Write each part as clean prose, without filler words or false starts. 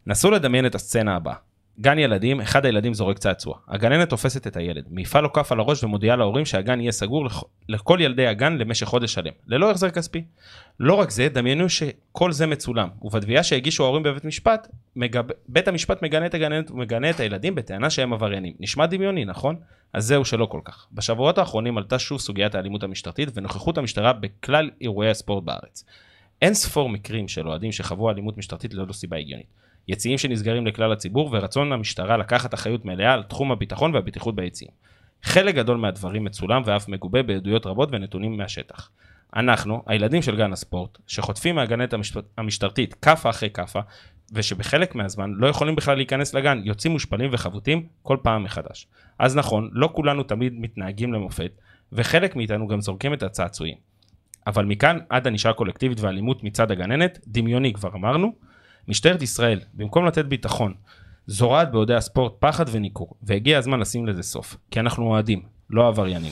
נסו לדמיין את הסצנה הבאה. גן ילדים, אחד הילדים זורק צעצוע. הגננת תופסת את הילד, מעיפה לו כף על הראש ומודיעה להורים שהגן יהיה סגור לכל ילדי הגן למשך חודש שלם, ללא החזר כספי. לא רק זה, דמיינו שכל זה מצולם, ובתביעה שהגישו ההורים בבית משפט, בית המשפט מגנה את הגננת ומגנה את הילדים בטענה שהם עבריינים. נשמע דמיוני, נכון? אז זהו שלא כל כך. בשבועות האחרונים עלתה שוב סוגיית האלימות המשטרתית ונוכחות המשטרה בכלל אירועי הספורט בארץ. אין ספור מקרים של אוהדים שחוו אלימות משטרתית ללא סיבה הגיונית. יציאים שנסגרים לכלל הציבור ורצון המשטרה לקחת אחריות מלאה על תחום הביטחון והבטיחות ביציאים. חלק גדול מהדברים מצולם ואף מגובה בעדויות רבות ונתונים מהשטח. אנחנו, הילדים של גן הספורט, שחוטפים מהגננת המשטרתית כפה אחרי כפה, ושבחלק מהזמן לא יכולים בכלל להיכנס לגן, יוצאים מושפלים וחבוטים כל פעם מחדש. אז נכון, לא כולנו תמיד מתנהגים למופת, וחלק מאיתנו גם זורקים את הצעצועים. אבל מכאן עד ענישה קולקטיבית ואלימות מצד הגננת, דמיוני כבר אמרנו, משטרת ישראל, במקום לתת ביטחון, זורעת בעודי הספורט פחד וניכור, והגיע הזמן לשים לזה סוף, כי אנחנו אוהדים, לא עבריינים.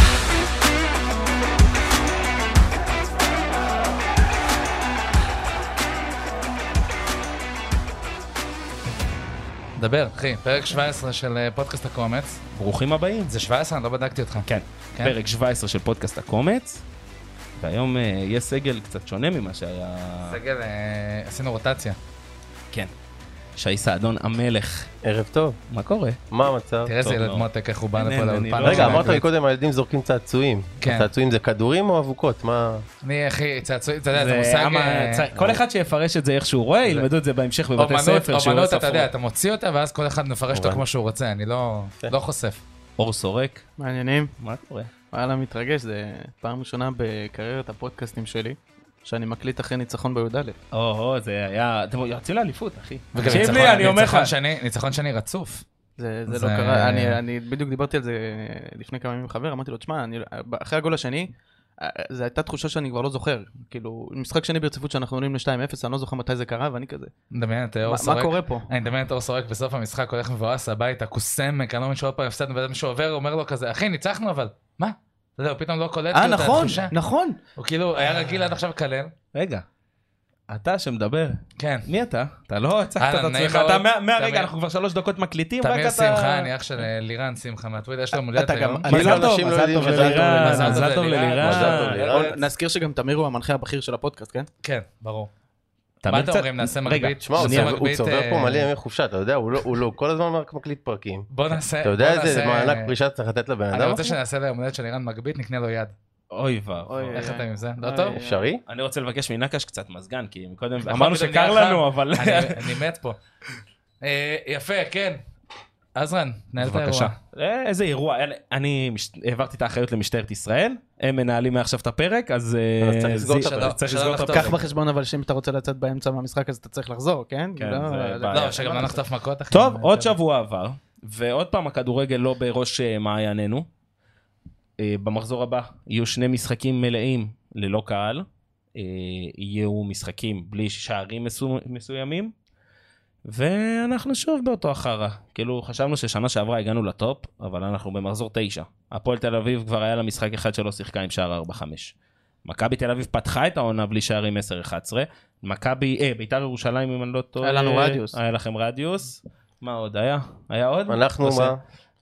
דבר, אחי, פרק 17 של פודקאסט הקומץ. ברוכים הבאים. זה 17? אני לא בדקתי אותך. כן, פרק 17 של פודקאסט הקומץ, והיום יש סגל קצת שונה ממה שהיה... סגל, עשינו רוטציה. כן. שי סעדון המלך. ערב טוב. מה קורה? מה המצב? תראה איזה ילד מותק, איך הוא בא לפה לאולפן. רגע, אמרת לי קודם, הילדים זורקים צעצועים. כן. צעצועים זה כדורים או אבוקות? מה... אני, אחי, צעצועים, אתה יודע, זה מושג... כל אחד שיפרש את זה איך שהוא רואה, ילמדו את זה בהמשך בבתי ספר. אומנות, אתה יודע, אתה מוציא אותה, ואז כל אחד מפרש אותו כמו שהוא רוצה, אני לא חושף. אור סורק. מעניינים. מה קורה? וואלה, מתרגש, זה פעם ראשונה בקריירת הפודקאסטים שלי, שאני מקליט אחרי ניצחון בי"א. זה היה... אתם יוצאים לאליפות, אחי. תקשיב לי, אני אומר לך. ניצחון שני רצוף. זה לא קרה, אני בדיוק דיברתי על זה לפני כמה ימים עם חבר, אמרתי לו, תשמע, אחרי הגול השני, זו הייתה תחושה שאני כבר לא זוכר. כאילו, משחק שני ברציפות שאנחנו עולים ל-2-0, אני לא זוכר מתי זה קרה, ואני כזה. מדמיין את אור סורק. מה קורה פה? אני מדמיין את אור סורק בסוף המשחק, הולך מבואס הביתה, קוסמק, אני לא מבין שעוד פעם הפסדנו, ואדם שעובר אומר לו כזה, אחי, ניצחנו אבל. מה? אתה יודע, הוא פתאום לא קולט כאילו את התחושה. נכון. הוא כאילו היה רגיל עד עכשיו כלל. רגע, אתה שמדבר. כן. מי אתה? אתה לא הצגת את עצמך. אתה מהרגע, אנחנו כבר 3 דקות מקליטים. תמיר שמחה, אני אח של לירן שמחה מהטוויטר, יש לו מולדת היום. מזל טוב ללירן. נזכיר שגם תמיר הוא המנחה הבכיר של הפודקאסט, כן? כן, ברור. מה אתם אומרים? נעשה מגבית? תשמע, הוא צובר פה מלא ימי חופשה, אתה יודע, הוא לא כל הזמן מקליט פרקים. בוא נעשה... אתה יודע איזה מענק פרישה צריך לתת לבן אדם? אני רוצה שנעשה ליומולדת של לירן מגבית, נקנה לו יד. אוי ואוי. איך אתם עם זה? לא טוב? אפשרי? אני רוצה לבקש מנקש קצת מזגן, כי קודם אמרנו שקר לנו, אבל... אני מת פה. יפה, כן. עזרן, נהל את האירוע. איזה אירוע, אני העברתי את האחריות למשטרת ישראל, הם מנהלים מעכשיו את הפרק, אז צריך לסגור את הפרק. קח בחשבון אבל שאם אתה רוצה לצאת באמצע מהמשחק אז אתה צריך לחזור, כן? לא, שגם לא נחטוף מכות. טוב, עוד שבוע עבר, ועוד פעם הכדורגל לא בראש מעיינינו. במחזור הבא יהיו 2 משחקים מלאים ללא קהל, יהיו משחקים בלי שערים מסוימים, ואנחנו שוב באותו אחרה. כאילו חשבנו ששנה שעברה הגענו לטופ, אבל אנחנו במחזור 9. הפועל תל אביב כבר היה לה משחק אחד שלא שיחקה עם שער 4-5. מכבי תל אביב פתחה את העונה בלי שערים 10-11. בית"ר ירושלים אם אני לא טועה. היה לנו רדיוס. היה לכם רדיוס. מה עוד היה? היה עוד? אנחנו מה?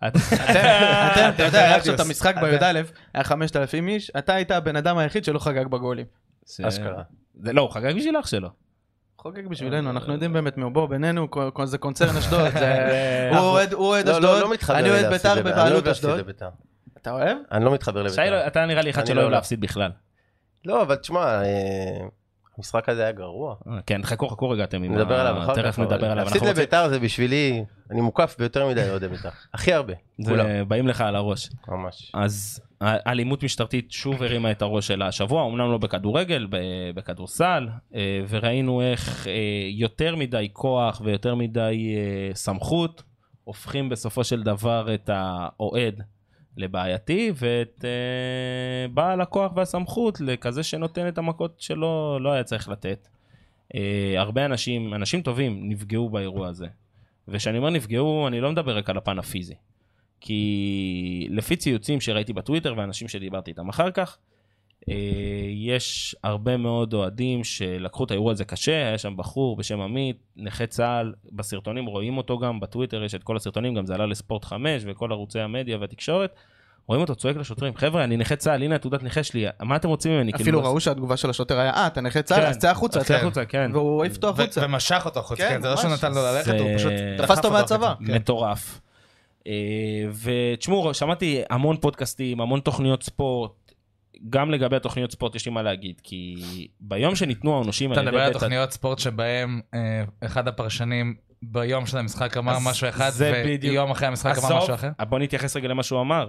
אתה יודע, היה עכשיו את המשחק בי"א, היה 5,000 איש, אתה היית הבן אדם היחיד שלא חגג בגולים. אשכרה. לא, הוא חגג בשביל אח שלו. חוגג בשבילנו, אנחנו יודעים באמת מאובו, בינינו, זה קונצרן אשדוד, הוא אוהד אשדוד, אני אוהד בית"ר בבעלות אשדוד. אתה אוהב? אני לא מתחבר לבית"ר. אתה נראה לי אחד שלא אוהב להפסיד בכלל. לא, אבל תשמע, המשחק הזה היה גרוע. כן, חכו רגעתם. נדבר עליו אחר כך. תכף נדבר עליו. להפסיד לבית"ר זה בשבילי, אני מוקף ביותר מדי אוהדי בית"ר. הכי הרבה. באים לך על הראש. ממש. אז האלימות משטרתית שוב הרימה את הראש של השבוע, אמנם לא בכדורגל, בכדורסל, וראינו איך יותר מדי כוח ויותר מדי סמכות, הופכים בסופו של דבר את האוהד לבעייתי, ואת בעל הכוח והסמכות לכזה שנותן את המכות שלו לא היה צריך לתת. הרבה אנשים טובים נפגעו באירוע הזה. ושאני אומר נפגעו, אני לא מדבר רק על הפן הפיזי. כי לפי ציוצים שראיתי בטוויטר ואנשים שדיברתי איתם אחר כך, יש הרבה מאוד אוהדים שלקחו את האירוע הזה קשה, היה שם בחור בשם עמית, נכה צהל, בסרטונים רואים אותו גם, בטוויטר יש את כל הסרטונים, גם זה עלה לספורט 5 וכל ערוצי המדיה והתקשורת, רואים אותו צועק לשוטרים, חבר'ה, אני נכה צהל, הנה התעודת נכה שלי, מה אתם רוצים ממני? אפילו ראו שהתגובה של השוטר היה, אתה נכה צהל, אז צא החוצה, והוא העיף אותו החוצה. ומשך אותו החוצה, כן, זה לא שהוא נתן לו ללכת, הוא פשוט תפס אותו מהצבא. מטורף. ותשמעו, שמעתי המון פודקאסטים, המון תוכניות ספורט, גם לגבי התוכניות ספורט יש לי מה להגיד, כי ביום שניתנו האנושים... אתה מדבר על תוכניות ספורט שבהם אחד הפרשנים ביום של המשחק אמר משהו אחד, ויום אחרי המשחק אמר משהו אחר? בוא נתייחס רגע למה שהוא אמר.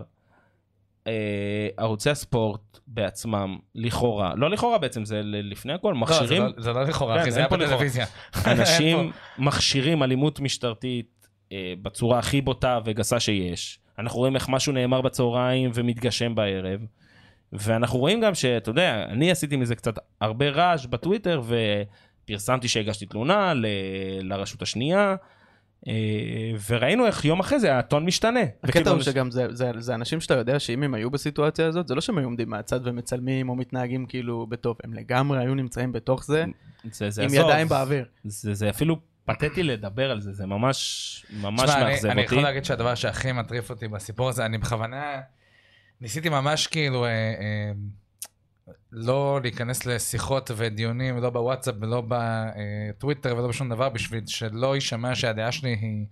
ערוצי הספורט בעצמם, לכאורה, לא לכאורה בעצם, זה לפני הכל, מכשירים... זה לא לכאורה, אחי, זה היה בטלוויזיה. אנשים מכשירים אלימות משטרתית בצורה הכי בוטה וגסה שיש. אנחנו רואים איך משהו נאמר בצהריים ומתגשם בערב. ואנחנו רואים גם שאתה יודע, אני עשיתי מזה קצת הרבה רעש בטוויטר, ופרסמתי שהגשתי תלונה לרשות השנייה, וראינו איך יום אחרי זה הטון משתנה. הקטע הוא שגם זה אנשים שאתה יודע שאם הם היו בסיטואציה הזאת, זה לא שהם היו עומדים מהצד ומצלמים או מתנהגים כאילו בטוב, הם לגמרי היו נמצאים בתוך זה, עם ידיים באוויר. זה אפילו פתטי לדבר על זה, זה ממש מאכזב אותי. אני יכול להגיד שהדבר שהכי מטריף אותי בסיפור הזה, אני בכוונה... ניסיתי ממש כאילו לא להיכנס לשיחות ודיונים, לא בוואטסאפ ולא בטוויטר ולא בשום דבר, בשביל שלא יישמע שהדעה שלי היא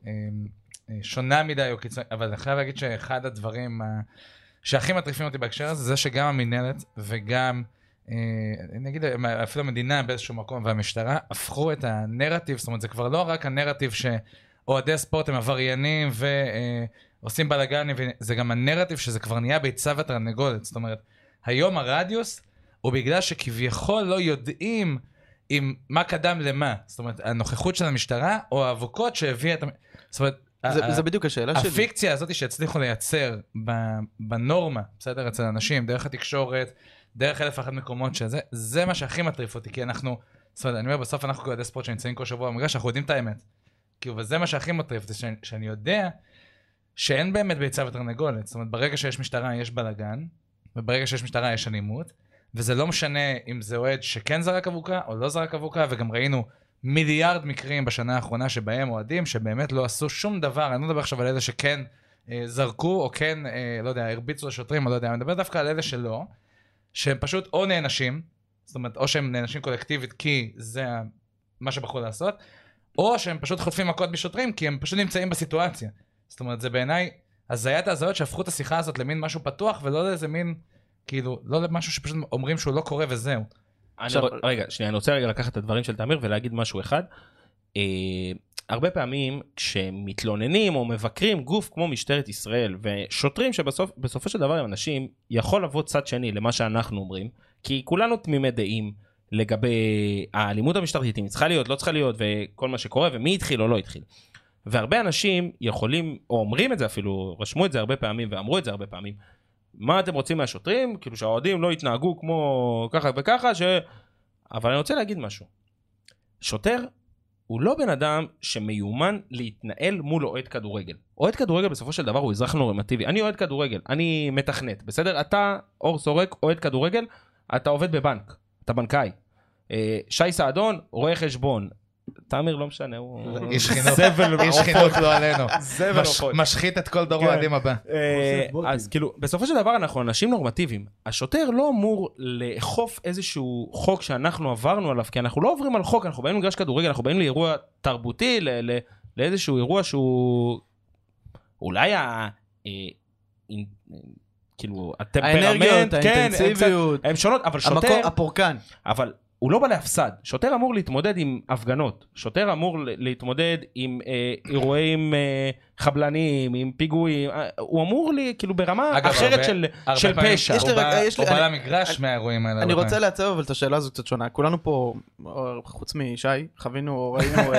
שונה מדי או קיצונית, אבל אני חייב להגיד שאחד הדברים שהכי מטריפים אותי בהקשר הזה, זה שגם המנהלת וגם, נגיד אפילו המדינה באיזשהו מקום והמשטרה, הפכו את הנרטיב, זאת אומרת זה כבר לא רק הנרטיב שאוהדי הספורט הם עבריינים עושים בלגן, זה גם הנרטיב שזה כבר נהיה ביצה ותרנגולת. זאת אומרת, היום הרדיוס הוא בגלל שכביכול לא יודעים מה קדם למה. זאת אומרת, הנוכחות של המשטרה או האבוקות שהביאה את... זאת אומרת, זה בדיוק השאלה שלי. הפיקציה הזאת שהצליחו לייצר בנורמה, בסדר, אצל אנשים, דרך התקשורת, דרך 1,001 מקומות שזה, זה מה שהכי מטריף אותי, כי אנחנו, זאת אומרת, אני אומר, בסוף אנחנו כאוהדי ספורט שנמצאים כל שבוע במגרש, אנחנו יודעים את האמת. וזה מה שהכי מטריף, זה שאני יודע שאין באמת ביצה ותרנגולת. זאת אומרת, ברגע שיש משטרה יש בלגן, וברגע שיש משטרה יש אלימות, וזה לא משנה אם זה אוהד שכן זרק אבוקה או לא זרק אבוקה, וגם ראינו מיליארד מקרים בשנה האחרונה שבהם אוהדים שבאמת לא עשו שום דבר. אני לא מדבר עכשיו על אלה שכן זרקו או כן, לא יודע, הרביצו לשוטרים או לא יודע, אני מדבר דווקא על אלה שלא, שהם פשוט או נענשים, זאת אומרת, או שהם נענשים קולקטיבית כי זה מה שבחרו לעשות, או שהם פשוט חוטפים מכות בשוטרים כי הם פשוט נמצאים בסיטואציה. זאת אומרת, זה בעיניי, הזיית ההזיות שהפכו את השיחה הזאת למין משהו פתוח, ולא לאיזה מין, כאילו, לא למשהו שפשוט אומרים שהוא לא קורה וזהו. רגע, שנייה, אני רוצה רגע לקחת את הדברים של תמיר ולהגיד משהו אחד. הרבה פעמים כשמתלוננים או מבקרים גוף כמו משטרת ישראל, ושוטרים שבסופו של דבר הם אנשים, יכול לבוא צד שני למה שאנחנו אומרים, כי כולנו תמימי דעים לגבי האלימות המשטרתית, אם היא צריכה להיות, לא צריכה להיות, וכל מה שקורה, ומי התחיל או לא התחיל. והרבה אנשים יכולים, או אומרים את זה אפילו, רשמו את זה הרבה פעמים ואמרו את זה הרבה פעמים, מה אתם רוצים מהשוטרים? כאילו שהאוהדים לא יתנהגו כמו ככה וככה, אבל אני רוצה להגיד משהו. שוטר הוא לא בן אדם שמיומן להתנהל מול אוהד כדורגל. אוהד כדורגל בסופו של דבר הוא אזרח נורמטיבי. אני אוהד כדורגל, אני מתכנת, בסדר? אתה, אור סורק, אוהד כדורגל, אתה עובד בבנק, אתה בנקאי. שי סעדון, רואה חשבון. תאמיר לא משנה, הוא... איש חינוך לא עלינו. משחית את כל דור האוהדים הבא. אז כאילו, בסופו של דבר אנחנו אנשים נורמטיביים. השוטר לא אמור לאכוף איזשהו חוק שאנחנו עברנו עליו, כי אנחנו לא עוברים על חוק, אנחנו באים למגרש כדורגל, אנחנו באים לאירוע תרבותי, לאיזשהו אירוע שהוא... אולי כאילו, הטמפרמנט, האינטנסיביות, הם שונות, אבל שוטר... הפורקן. אבל... הוא לא בא להפסד. שוטר אמור להתמודד עם הפגנות. שוטר אמור להתמודד עם אירועים חבלניים, עם פיגועים. הוא אמור כאילו ברמה אחרת של פשע. הוא בא למגרש מהאירועים האלה. אני רוצה לעצב אבל את השאלה הזו קצת שונה. כולנו פה, חוץ משי, חווינו, ראינו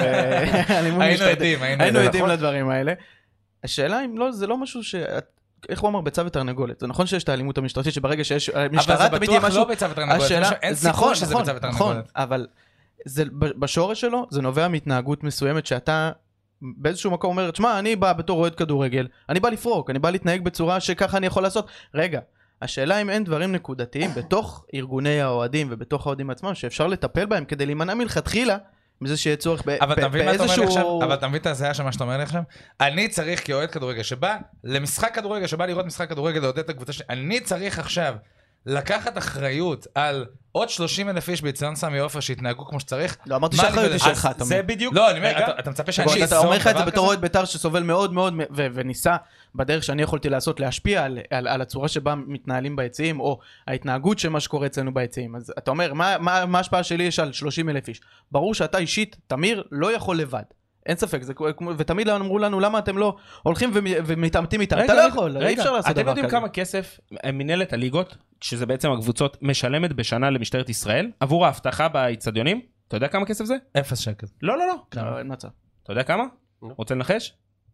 היינו עדים לדברים האלה. השאלה אם לא, זה לא משהו איך הוא אמר, ביצה ותרנגולת. זה נכון שיש את האלימות המשטרתית, שברגע שיש משטרה תמיד יהיה משהו... אבל זה בטוח לא ביצה ותרנגולת. אין סיכוי שזה ביצה ותרנגולת. נכון, אבל בשורש שלו זה נובע מהתנהגות מסוימת שאתה באיזשהו מקום אומר, תשמע, אני בא בתור אוהד כדורגל, אני בא לפרוק, אני בא להתנהג בצורה שככה אני יכול לעשות. רגע, השאלה אם אין דברים נקודתיים בתוך ארגוני האוהדים ובתוך האוהדים עצמם שאפשר לטפל בהם כדי להימנע מלכתחילה מזה שיהיה צורך אבל אתה מבין מה אתה אומר לי עכשיו? אבל אתה מבין את הזיה של מה שאתה אומר לי עכשיו? אני צריך כאוהד כדורגל שבא למשחק כדורגל, שבא לראות משחק כדורגל, לעודד את הקבוצה שלי, אני צריך עכשיו לקחת אחריות על עוד 30,000 איש באצטדיון סמי עופר שהתנהגו כמו שצריך. לא, אמרתי שהאחריות היא שלך. זה בדיוק. לא, אני אומר, אתה מצפה שאני אתה אומר לך את זה בתור אוהד בית"ר שסובל מאוד מאוד, וניסה בדרך שאני יכולתי לעשות להשפיע על הצורה שבה מתנהלים ביציעים, או ההתנהגות של מה שקורה אצלנו ביציעים. אז אתה אומר, מה ההשפעה שלי יש על 30,000 איש? ברור שאתה אישית, תמיר, לא יכול לבד. אין ספק, ותמיד אמרו לנו למה אתם לא הולכים ומתעמתים איתם. אתה לא יכול, אי אפשר לעשות דבר כזה. אתם יודעים כמה כסף מנהלת הליגות, שזה בעצם הקבוצות, משלמת בשנה למשטרת ישראל, עבור ההבטחה באצטדיונים? אתה יודע כמה כסף זה? 0 שקל. לא. אין מצב. אתה יודע כמה? רוצה לנחש?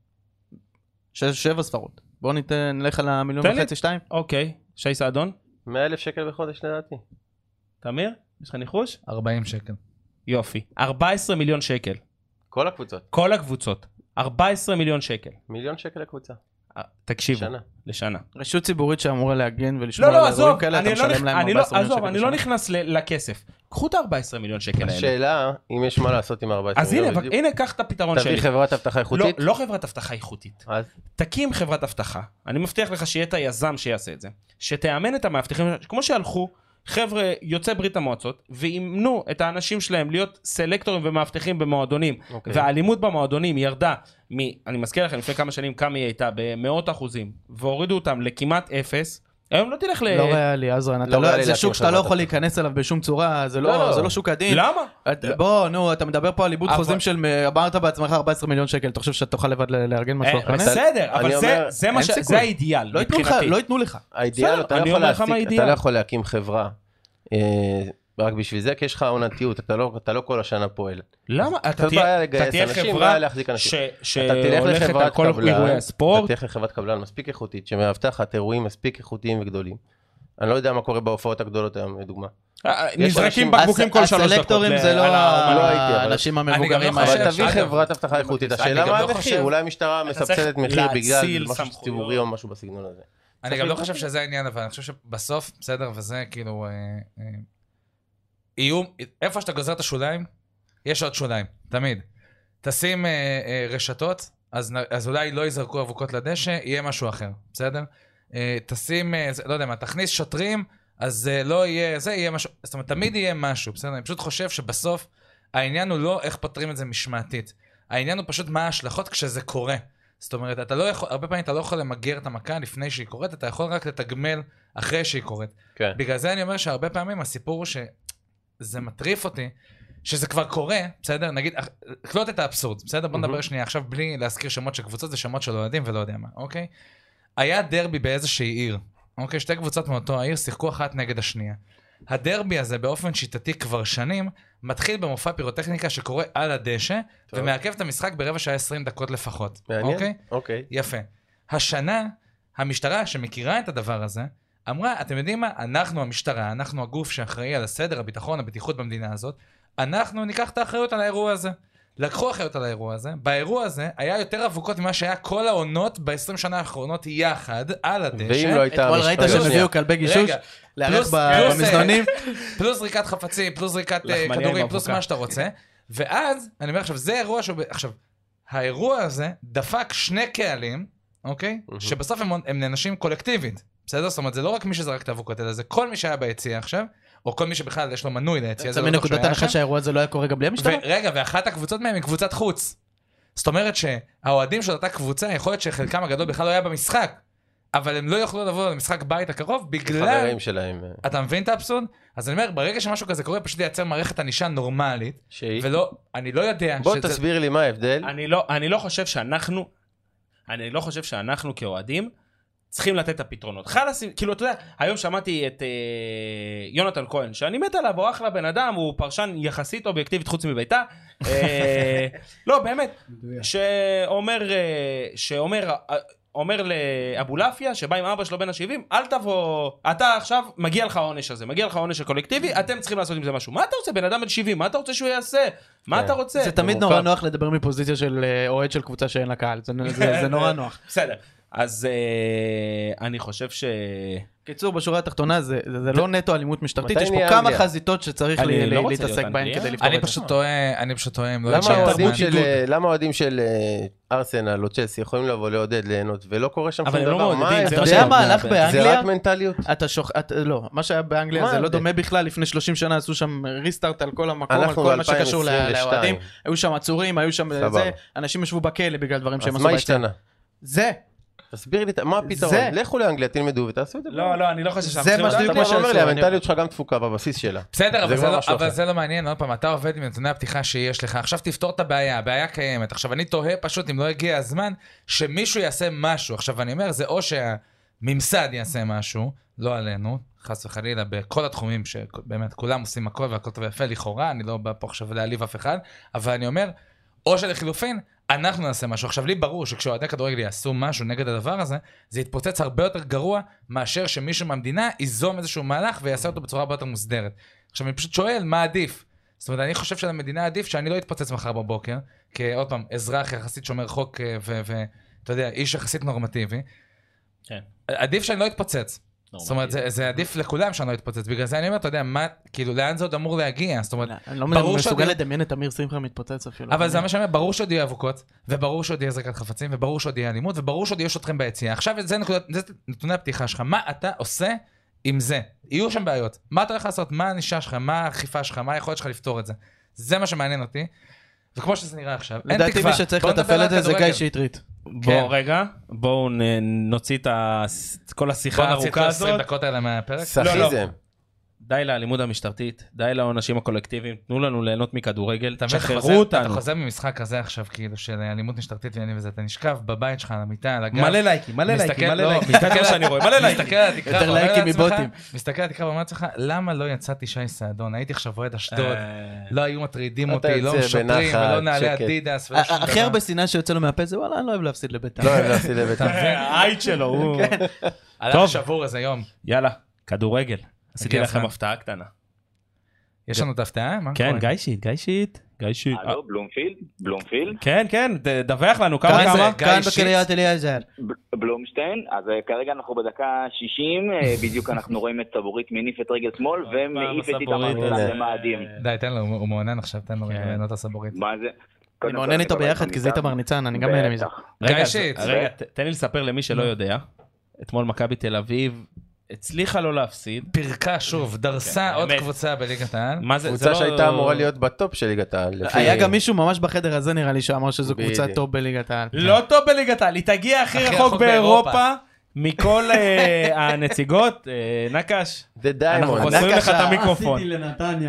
7 ספרות. בואו נלך על 1.5 מיליון, 2. אוקיי, שי סעדון? 100,000 שקל בחודש לדעתי. תמיר, יש לך ניחוש? 40 שקל. יופי, 14 מיליון שקל. כל הקבוצות. כל הקבוצות, 14 מיליון שקל. 1,000,000 שקל לקבוצה. תקשיבו, לשנה. רשות ציבורית שאמורה להגן ולשמור על האירועים כאלה, אתה משלם להם 14 מיליון שקל. עזוב, אני לא נכנס לכסף. קחו את ה-14 מיליון שקל האלה. השאלה, אם יש מה לעשות עם 14 מיליון. אז הנה, קח את הפתרון שלי. תביא חברת אבטחה איכותית? לא חברת אבטחה איכותית. אז? תקים חברת אבטחה. אני מבטיח לך שיהיה את היזם שיעשה את זה. שתאמן את המאבטחים, כמו שהלכו חבר'ה יוצאי ברית המועצות, ואימנו את האנשים שלהם להיות סלקטורים ומאבטחים במועדונים, והאלימות במועדונים ירדה, אני מזכיר לכם, לפני כמה שנים כמה היא הייתה, במאות אחוזים, והורידו אותם לכמעט 0, היום לא תלך לא ריאלי, עזרן, זה שוק שאתה לא יכול להיכנס אליו בשום צורה, זה לא שוק הדין. למה? בוא, נו, אתה מדבר פה על איבוד חוזים של, אמרת בעצמך 14 מיליון שקל, אתה חושב שאתה תוכל לבד לארגן משהו אחר? בסדר, אבל זה האידיאל, מבחינתי. לא ייתנו לך. האידיאל, אתה לא יכול להקים חברה, רק בשביל זה, כי יש לך עונתיות, אתה לא כל השנה פועל. למה? אתה תהיה חברה שהולכת על כל אירועי הספורט. אתה תלך לחברת קבלן מספיק איכותית, שמאבטחת אירועים מספיק איכותיים וגדולים. אני לא יודע מה קורה בהופעות הגדולות היום, לדוגמה. נזרקים בקבוקים כל 3 דקות. הסלקטורים זה לא האנשים המבוגרים. אבל תביא חברת אבטחה איכותית. השאלה מה המחיר? אולי המשטרה מסבסדת מחיר בגלל משהו ציבורי או משהו בסגנון הזה. אני גם לא חושב שזה העניין, אבל אני חושב שבסוף, בסדר, וזה כאילו איום, איפה שאתה גוזר את השוליים, יש עוד שוליים, תמיד. תשים רשתות, אז אולי לא יזרקו אבוקות לדשא, יהיה משהו אחר, בסדר? תשים, לא יודע מה, תכניס שוטרים, אז לא יהיה, זה יהיה משהו, זאת אומרת, תמיד יהיה משהו, בסדר? אני פשוט חושב שבסוף, העניין הוא לא איך פותרים את זה משמעתית. העניין הוא פשוט מה ההשלכות כשזה קורה. זאת אומרת, אתה לא יכול, הרבה פעמים אתה לא יכול למגר את המכה לפני שהיא קורית, אתה יכול רק לתגמל אחרי שהיא קורית. כן. בגלל זה אני אומר שהרבה פעמים הסיפור הוא שזה מטריף אותי, שזה כבר קורה, בסדר? נגיד, קלוט את האבסורד, בסדר? בוא נדבר שנייה עכשיו בלי להזכיר שמות של קבוצות, זה שמות של אוהדים ולא יודע מה, אוקיי? היה דרבי באיזושהי עיר, אוקיי? 2 קבוצות מאותו העיר שיחקו אחת נגד השנייה. הדרבי הזה באופן שיטתי כבר שנים, מתחיל במופע פירוטכניקה שקורה על הדשא, ומעכב את המשחק ברבע שעה 20 דקות לפחות. מעניין? אוקיי. יפה. השנה, המשטרה שמכירה את הדבר הזה, אמרה, אתם יודעים מה? אנחנו המשטרה, אנחנו הגוף שאחראי על הסדר, הביטחון, הבטיחות במדינה הזאת, אנחנו ניקח את האחריות על האירוע הזה. לקחו אחריות על האירוע הזה. באירוע הזה היה יותר אבוקות ממה שהיה כל העונות ב-20 שנה האחרונות יחד על הדשא. ואם לא הייתה אתמול ראית שהם הביאו כלבי גישוש לארח במזנונים. פלוס זריקת חפצים, פלוס זריקת כדורים, פלוס מה שאתה רוצה. ואז, אני אומר עכשיו, זה אירוע עכשיו, האירוע הזה דפק 2 קהלים, אוקיי? שבסוף הם נענשים קולקטיבית. בסדר? זאת אומרת, זה לא רק מי שזרק את האבוקות, אלא זה כל מי שהיה ביציע עכשיו, או כל מי שבכלל יש לו מנוי ליציע. זה מנקודת הנחה שהאירוע הזה לא היה קורה גם בלי המשטרה? רגע, ואחת הקבוצות מהם היא קבוצת חוץ. זאת אומרת שהאוהדים של אותה קבוצה, יכול להיות שחלקם הגדול בכלל לא היה במשחק, אבל הם לא יוכלו לבוא למשחק בית הקרוב, בגלל... חברים שלהם. אתה מבין את האבסורד? אז אני אומר, ברגע שמשהו כזה קורה, פשוט ייצר מערכת ענישה נורמלית, ולא, אני לא יודע... בוא תסביר לי מה ההבדל. אני לא חושב שאנחנו כאוהדים צריכים לתת את הפתרונות. כאילו, אתה יודע, היום שמעתי את יונתן כהן, שאני מת עליו, הוא אחלה בן אדם, הוא פרשן יחסית אובייקטיבית חוץ מביתה. לא, באמת, שאומר לאבו לאפיה, שבא עם אבא שלו בן ה-70, אל תבוא, אתה עכשיו, מגיע לך העונש הזה, מגיע לך העונש הקולקטיבי, אתם צריכים לעשות עם זה משהו. מה אתה רוצה, בן אדם בן 70? מה אתה רוצה שהוא יעשה? מה אתה רוצה? זה תמיד נורא נוח לדבר מפוזיציה של אוהד של קבוצה שאין לה קהל, זה נורא נוח. בסדר. אז אני חושב קיצור, בשורה התחתונה זה לא נטו אלימות משטרתית, יש פה כמה חזיתות שצריך להתעסק בהן כדי לפתור את זה. אני פשוט טועה, למה אוהדים של ארסנל או צ'לסי יכולים לבוא לעודד ליהנות, ולא קורה שם שום דבר? אתה יודע מה הלך באנגליה? זה רק מנטליות? לא, מה שהיה באנגליה זה לא דומה בכלל, לפני 30 שנה עשו שם ריסטארט על כל המקום, על כל מה שקשור לאוהדים, היו שם עצורים, היו שם זה, אנשים ישבו בכלא בגלל דברים שהם עשו. אז מה השתנה? זה. תסביר לי, מה הפתרון? לכו לאנגליה, תלמדו ותעשו את זה. לא, אני לא חושב זה מה שאומר לי, המנטליות שלך גם דפוקה בבסיס שלה. בסדר, אבל זה לא מעניין, עוד פעם, אתה עובד עם נתוני הפתיחה שיש לך, עכשיו תפתור את הבעיה, הבעיה קיימת, עכשיו אני תוהה פשוט אם לא הגיע הזמן שמישהו יעשה משהו, עכשיו אני אומר, זה או שהממסד יעשה משהו, לא עלינו, חס וחלילה, בכל התחומים שבאמת כולם עושים הכל והכל טוב ויפה לכאורה, אני לא בא פה עכשיו להעליב אף אחד, אבל אני אומר, או שלחילופין, אנחנו נעשה משהו. עכשיו לי ברור שכשאוהדי כדורגל יעשו משהו נגד הדבר הזה, זה יתפוצץ הרבה יותר גרוע מאשר שמישהו מהמדינה ייזום איזשהו מהלך ויעשה אותו בצורה הרבה יותר מוסדרת. עכשיו אני פשוט שואל מה עדיף. זאת אומרת, אני חושב שלמדינה עדיף שאני לא אתפוצץ מחר בבוקר, כי עוד פעם, אזרח יחסית שומר חוק ואתה יודע, איש יחסית נורמטיבי. כן. עדיף שאני לא אתפוצץ. זאת אומרת, זה עדיף לכולם שאני לא אתפוצץ. בגלל זה אני אומר, אתה יודע, מה, כאילו, לאן זה עוד אמור להגיע? זאת אומרת, אני לא מסוגל לדמיין את אמיר שמחה מתפוצץ אפילו. אבל זה מה שאני אומר, ברור שעוד יהיה אבוקות, וברור שעוד יהיה זריקת חפצים, וברור שעוד יהיה אלימות, וברור שעוד יהיה שוטרים ביציאה. עכשיו, זה נתוני הפתיחה שלך. מה אתה עושה עם זה? יהיו שם בעיות. מה אתה הולך לעשות? מה הנישה שלך? מה האכיפה שלך? מה היכולת שלך לפתור את זה? זה מה שמעניין אותי. וכמו שזה נראה עכשיו, אין תקווה. לדעתי מי שצריך לטפל את זה זה גיא שטרית. בואו נוציא את כל השיחה הארוכה הזאת. בואו נוציא את 20 דקות האלה מהפרק. סחיזם. די לאלימות המשטרתית, די לעונשים הקולקטיביים, תנו לנו ליהנות מכדורגל, תשחררו אותנו. אתה חוזר ממשחק כזה עכשיו, כאילו, של אלימות משטרתית ועניינים וזה, אתה נשכב בבית שלך על המיטה, על הגב. מלא לייקים. מסתכל שאני רואה, מלא לייקים. יותר לייקים מבוטים. מסתכל על התקרה ואומר לעצמך, למה לא יצאתי שי סעדון? הייתי עכשיו אוהד אשדוד, לא היו מטרידים אותי, לא שוטרים ולא נעלי אדידס. הכי הרבה שנאה שיוצא לו מהפה זה, וואלה, אני לא אוהב להפסיד לבית"ר. לא אוהב להפסיד לבית"ר. העית שלו, הוא... הלך שבור איזה יום. יאללה, כדורגל. עשיתי לכם הפתעה קטנה. יש לנו את ההפתעה? כן, גיא שיט. הלו, בלומפילד? כן, דווח לנו כמה. כאן בקריית אליעזר. בלומשטיין, אז כרגע אנחנו בדקה 60, בדיוק אנחנו רואים את סבורית מניף את רגל שמאל, ומעיף את איתמר ניצן למאדים. די, תן לו, הוא מעונן עכשיו, תן לו לענות את הסבורית. מה זה? אני מעונן איתו ביחד, כי זה איתמר ניצן, אני גם נהנה מזה. רגע, תן לי לספר למי שלא יודע, אתמול מכבי תל אביב, הצליחה לא להפסיד. פירקה שוב, דרסה עוד קבוצה בליגת העל. קבוצה שהייתה אמורה להיות בטופ של ליגת העל. היה גם מישהו ממש בחדר הזה נראה לי שאמר שזו קבוצה טופ בליגת העל. לא טופ בליגת העל, היא תגיע הכי רחוק באירופה. מכל הנציגות, נקש, אנחנו חוזרים לך את המיקרופון. עשיתי לנתניה,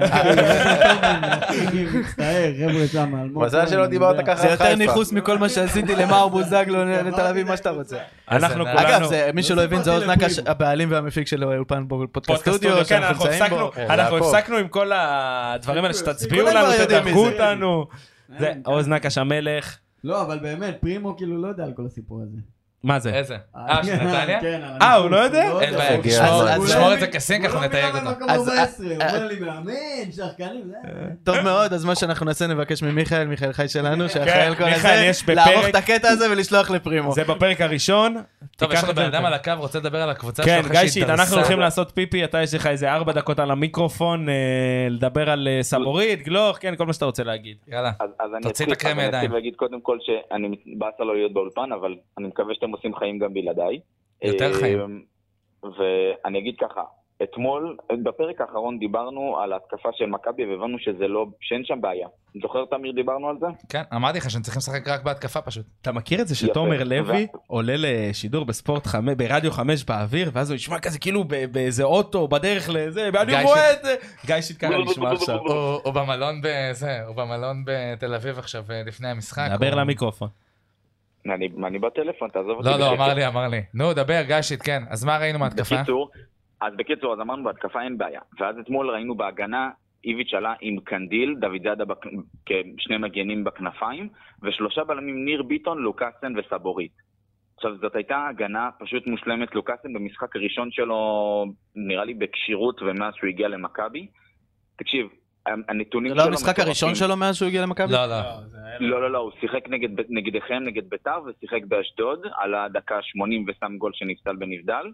מצטער, חבר'ה שם, מזל שלא דיברת ככה זה יותר ניחוס מכל מה שעשיתי למאור בוזגלו לתל אביב, מה שאתה רוצה. אגב, מי שלא הבין, זה עוז נקש, הבעלים והמפיק של אולפן פודקאסט סטודיו, שאנחנו נמצאים בו. אנחנו הפסקנו עם כל הדברים האלה שתצביעו לנו, תדרכו אותנו. זה עוז נקש המלך. לא, אבל באמת, פרימו כאילו לא יודע על כל הסיפור הזה. מה זה? איזה? של נתניה? הוא לא יודע? אין בעיה, תשמור את זה כסינק, אנחנו נתייג אותו. הוא אומר לי מאמן, שחקנים, זה... טוב מאוד, אז מה שאנחנו נעשה נבקש ממיכאל חי שלנו, שאחראי על כל הזה, לערוך את הקטע הזה ולשלוח לפרימו. זה בפרק הראשון. טוב, יש לנו בן אדם על הקו, רוצה לדבר על הקבוצה שלך שהיא דרסה. כן, גיא שיט, אנחנו הולכים לעשות פיפי, אתה יש לך איזה 4 דקות על המיקרופון, לדבר על סבורית, גלוך, כן, כל מה שאתה רוצה להגיד. יאללה, תוציא את הקרם מידיים. אני אתחיל להגיד קודם כל שאני מתבאס לא להיות באולפן, אבל אני מקווה שאתם עושים חיים גם בלעדיי. יותר חיים. ואני אגיד ככה, אתמול, בפרק האחרון דיברנו על ההתקפה של מכבי, והבנו שאין שם בעיה. זוכר תמיר דיברנו על זה? כן, אמרתי לך שהם צריכים לשחק רק בהתקפה פשוט. אתה מכיר את זה שתומר לוי עולה לשידור בספורט 5, ברדיו 5 באוויר, ואז הוא ישמע כזה כאילו באיזה אוטו, בדרך לזה, ואני רואה את זה. גיא שיט ככה נשמע עכשיו. הוא במלון בתל אביב עכשיו לפני המשחק. דבר למיקרופון. אני בטלפון, תעזוב אותי. לא, אמר לי. נו, דבר, גיא שיט, כן. אז מה ראינו מהתקפה? בקיצור, אז אמרנו בהתקפה אין בעיה. ואז אתמול ראינו בהגנה, איביץ' עלה עם קנדיל, דוד זאדה כשני מגנים בכנפיים, ו3 בלמים, ניר ביטון, לוקאסן וסבורית. עכשיו, זאת הייתה הגנה פשוט מושלמת. לוקאסן במשחק הראשון שלו, נראה לי בקשירות, ומאז שהוא הגיע למכבי. תקשיב, הנתונים שלו... זה לא המשחק הראשון שלו מאז שהוא הגיע למכבי? לא, הוא שיחק נגדכם, נגד בית"ר, ושיחק באשדוד, על הדקה 80 ושם גול שנפסל בנבדל.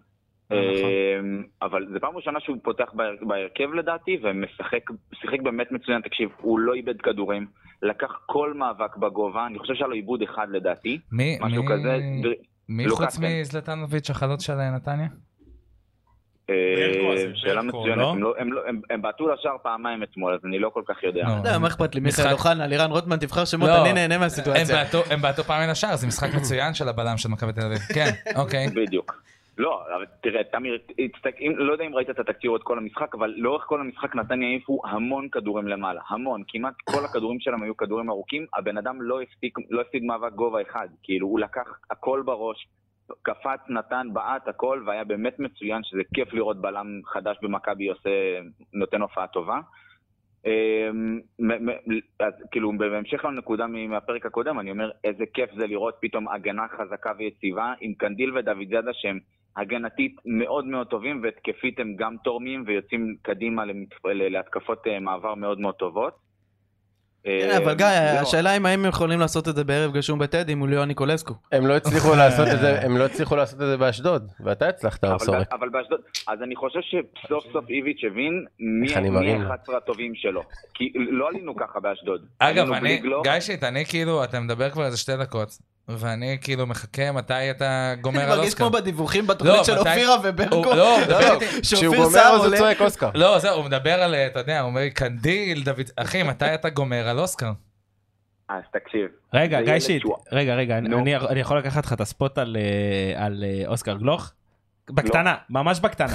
אבל זה פעם ראשונה שהוא פותח בהרכב לדעתי, ומשחק באמת מצוין. תקשיב, הוא לא איבד כדורים, לקח כל מאבק בגובה, אני חושב שהיה לו איבוד אחד לדעתי, משהו כזה. מי חוץ מזלטנוביץ' החלוץ של נתניה? שאלה מצוינת, הם בעטו לשער פעמיים אתמול, אז אני לא כל כך יודע. מה אכפת לי, מיכאל אוחנה, לירן רוטמן, תבחר שמות, אני נהנה מהסיטואציה. הם בעטו פעמיים לשער, זה משחק מצוין של הבלם של מכבי תל אביב. כן, אוקיי. בדיוק. לא, אבל תראה, תמיר, לא יודע אם ראית את התקציר או את כל המשחק, אבל לאורך כל המשחק נתניה העיפו המון כדורים למעלה, המון, כמעט כל הכדורים שלהם היו כדורים ארוכים, הבן אדם לא הפסיק מאבק גובה אחד, כאילו הוא לקח הכל בראש, קפץ, נתן, בעט, הכל, והיה באמת מצוין, שזה כיף לראות בלם חדש במכבי נותן הופעה טובה. אז כאילו בהמשך לנקודה מהפרק הקודם, אני אומר איזה כיף זה לראות פתאום הגנה חזקה ויציבה, עם קנדיל ודוד זאדה שהם הגנתית מאוד מאוד טובים, והתקפית הם גם תורמים ויוצאים קדימה להתקפות מעבר מאוד מאוד טובות. אבל גיא, השאלה אם הם יכולים לעשות את זה בערב גשום בטד אם הוא ליאון ניקולסקו. הם לא הצליחו לעשות את זה באשדוד, ואתה הצלחת סורק. אבל באשדוד, אז אני חושב שסוף סוף איביץ' הבין מי 11 הטובים שלו, כי לא עלינו ככה באשדוד. אגב, גיא שיט, אני כאילו, אתה מדבר כבר איזה 2 דקות, ואני כאילו מחכה מתי אתה גומר על אוסקר. מרגיש כמו בדיווחים בתוכנית של אופירה וברקו. לא, כשהוא גומר אז הוא צועק אוסקר. לא, זהו, הוא מדבר על, אתה יודע, הוא אומר, קנדיל, דוד, אחי, מתי אתה גומר על אוסקר? אז תקשיב. רגע, גיא שיט, רגע, אני יכול לקחת לך את הספוט על אוסקר גלוך? בקטנה, ממש בקטנה,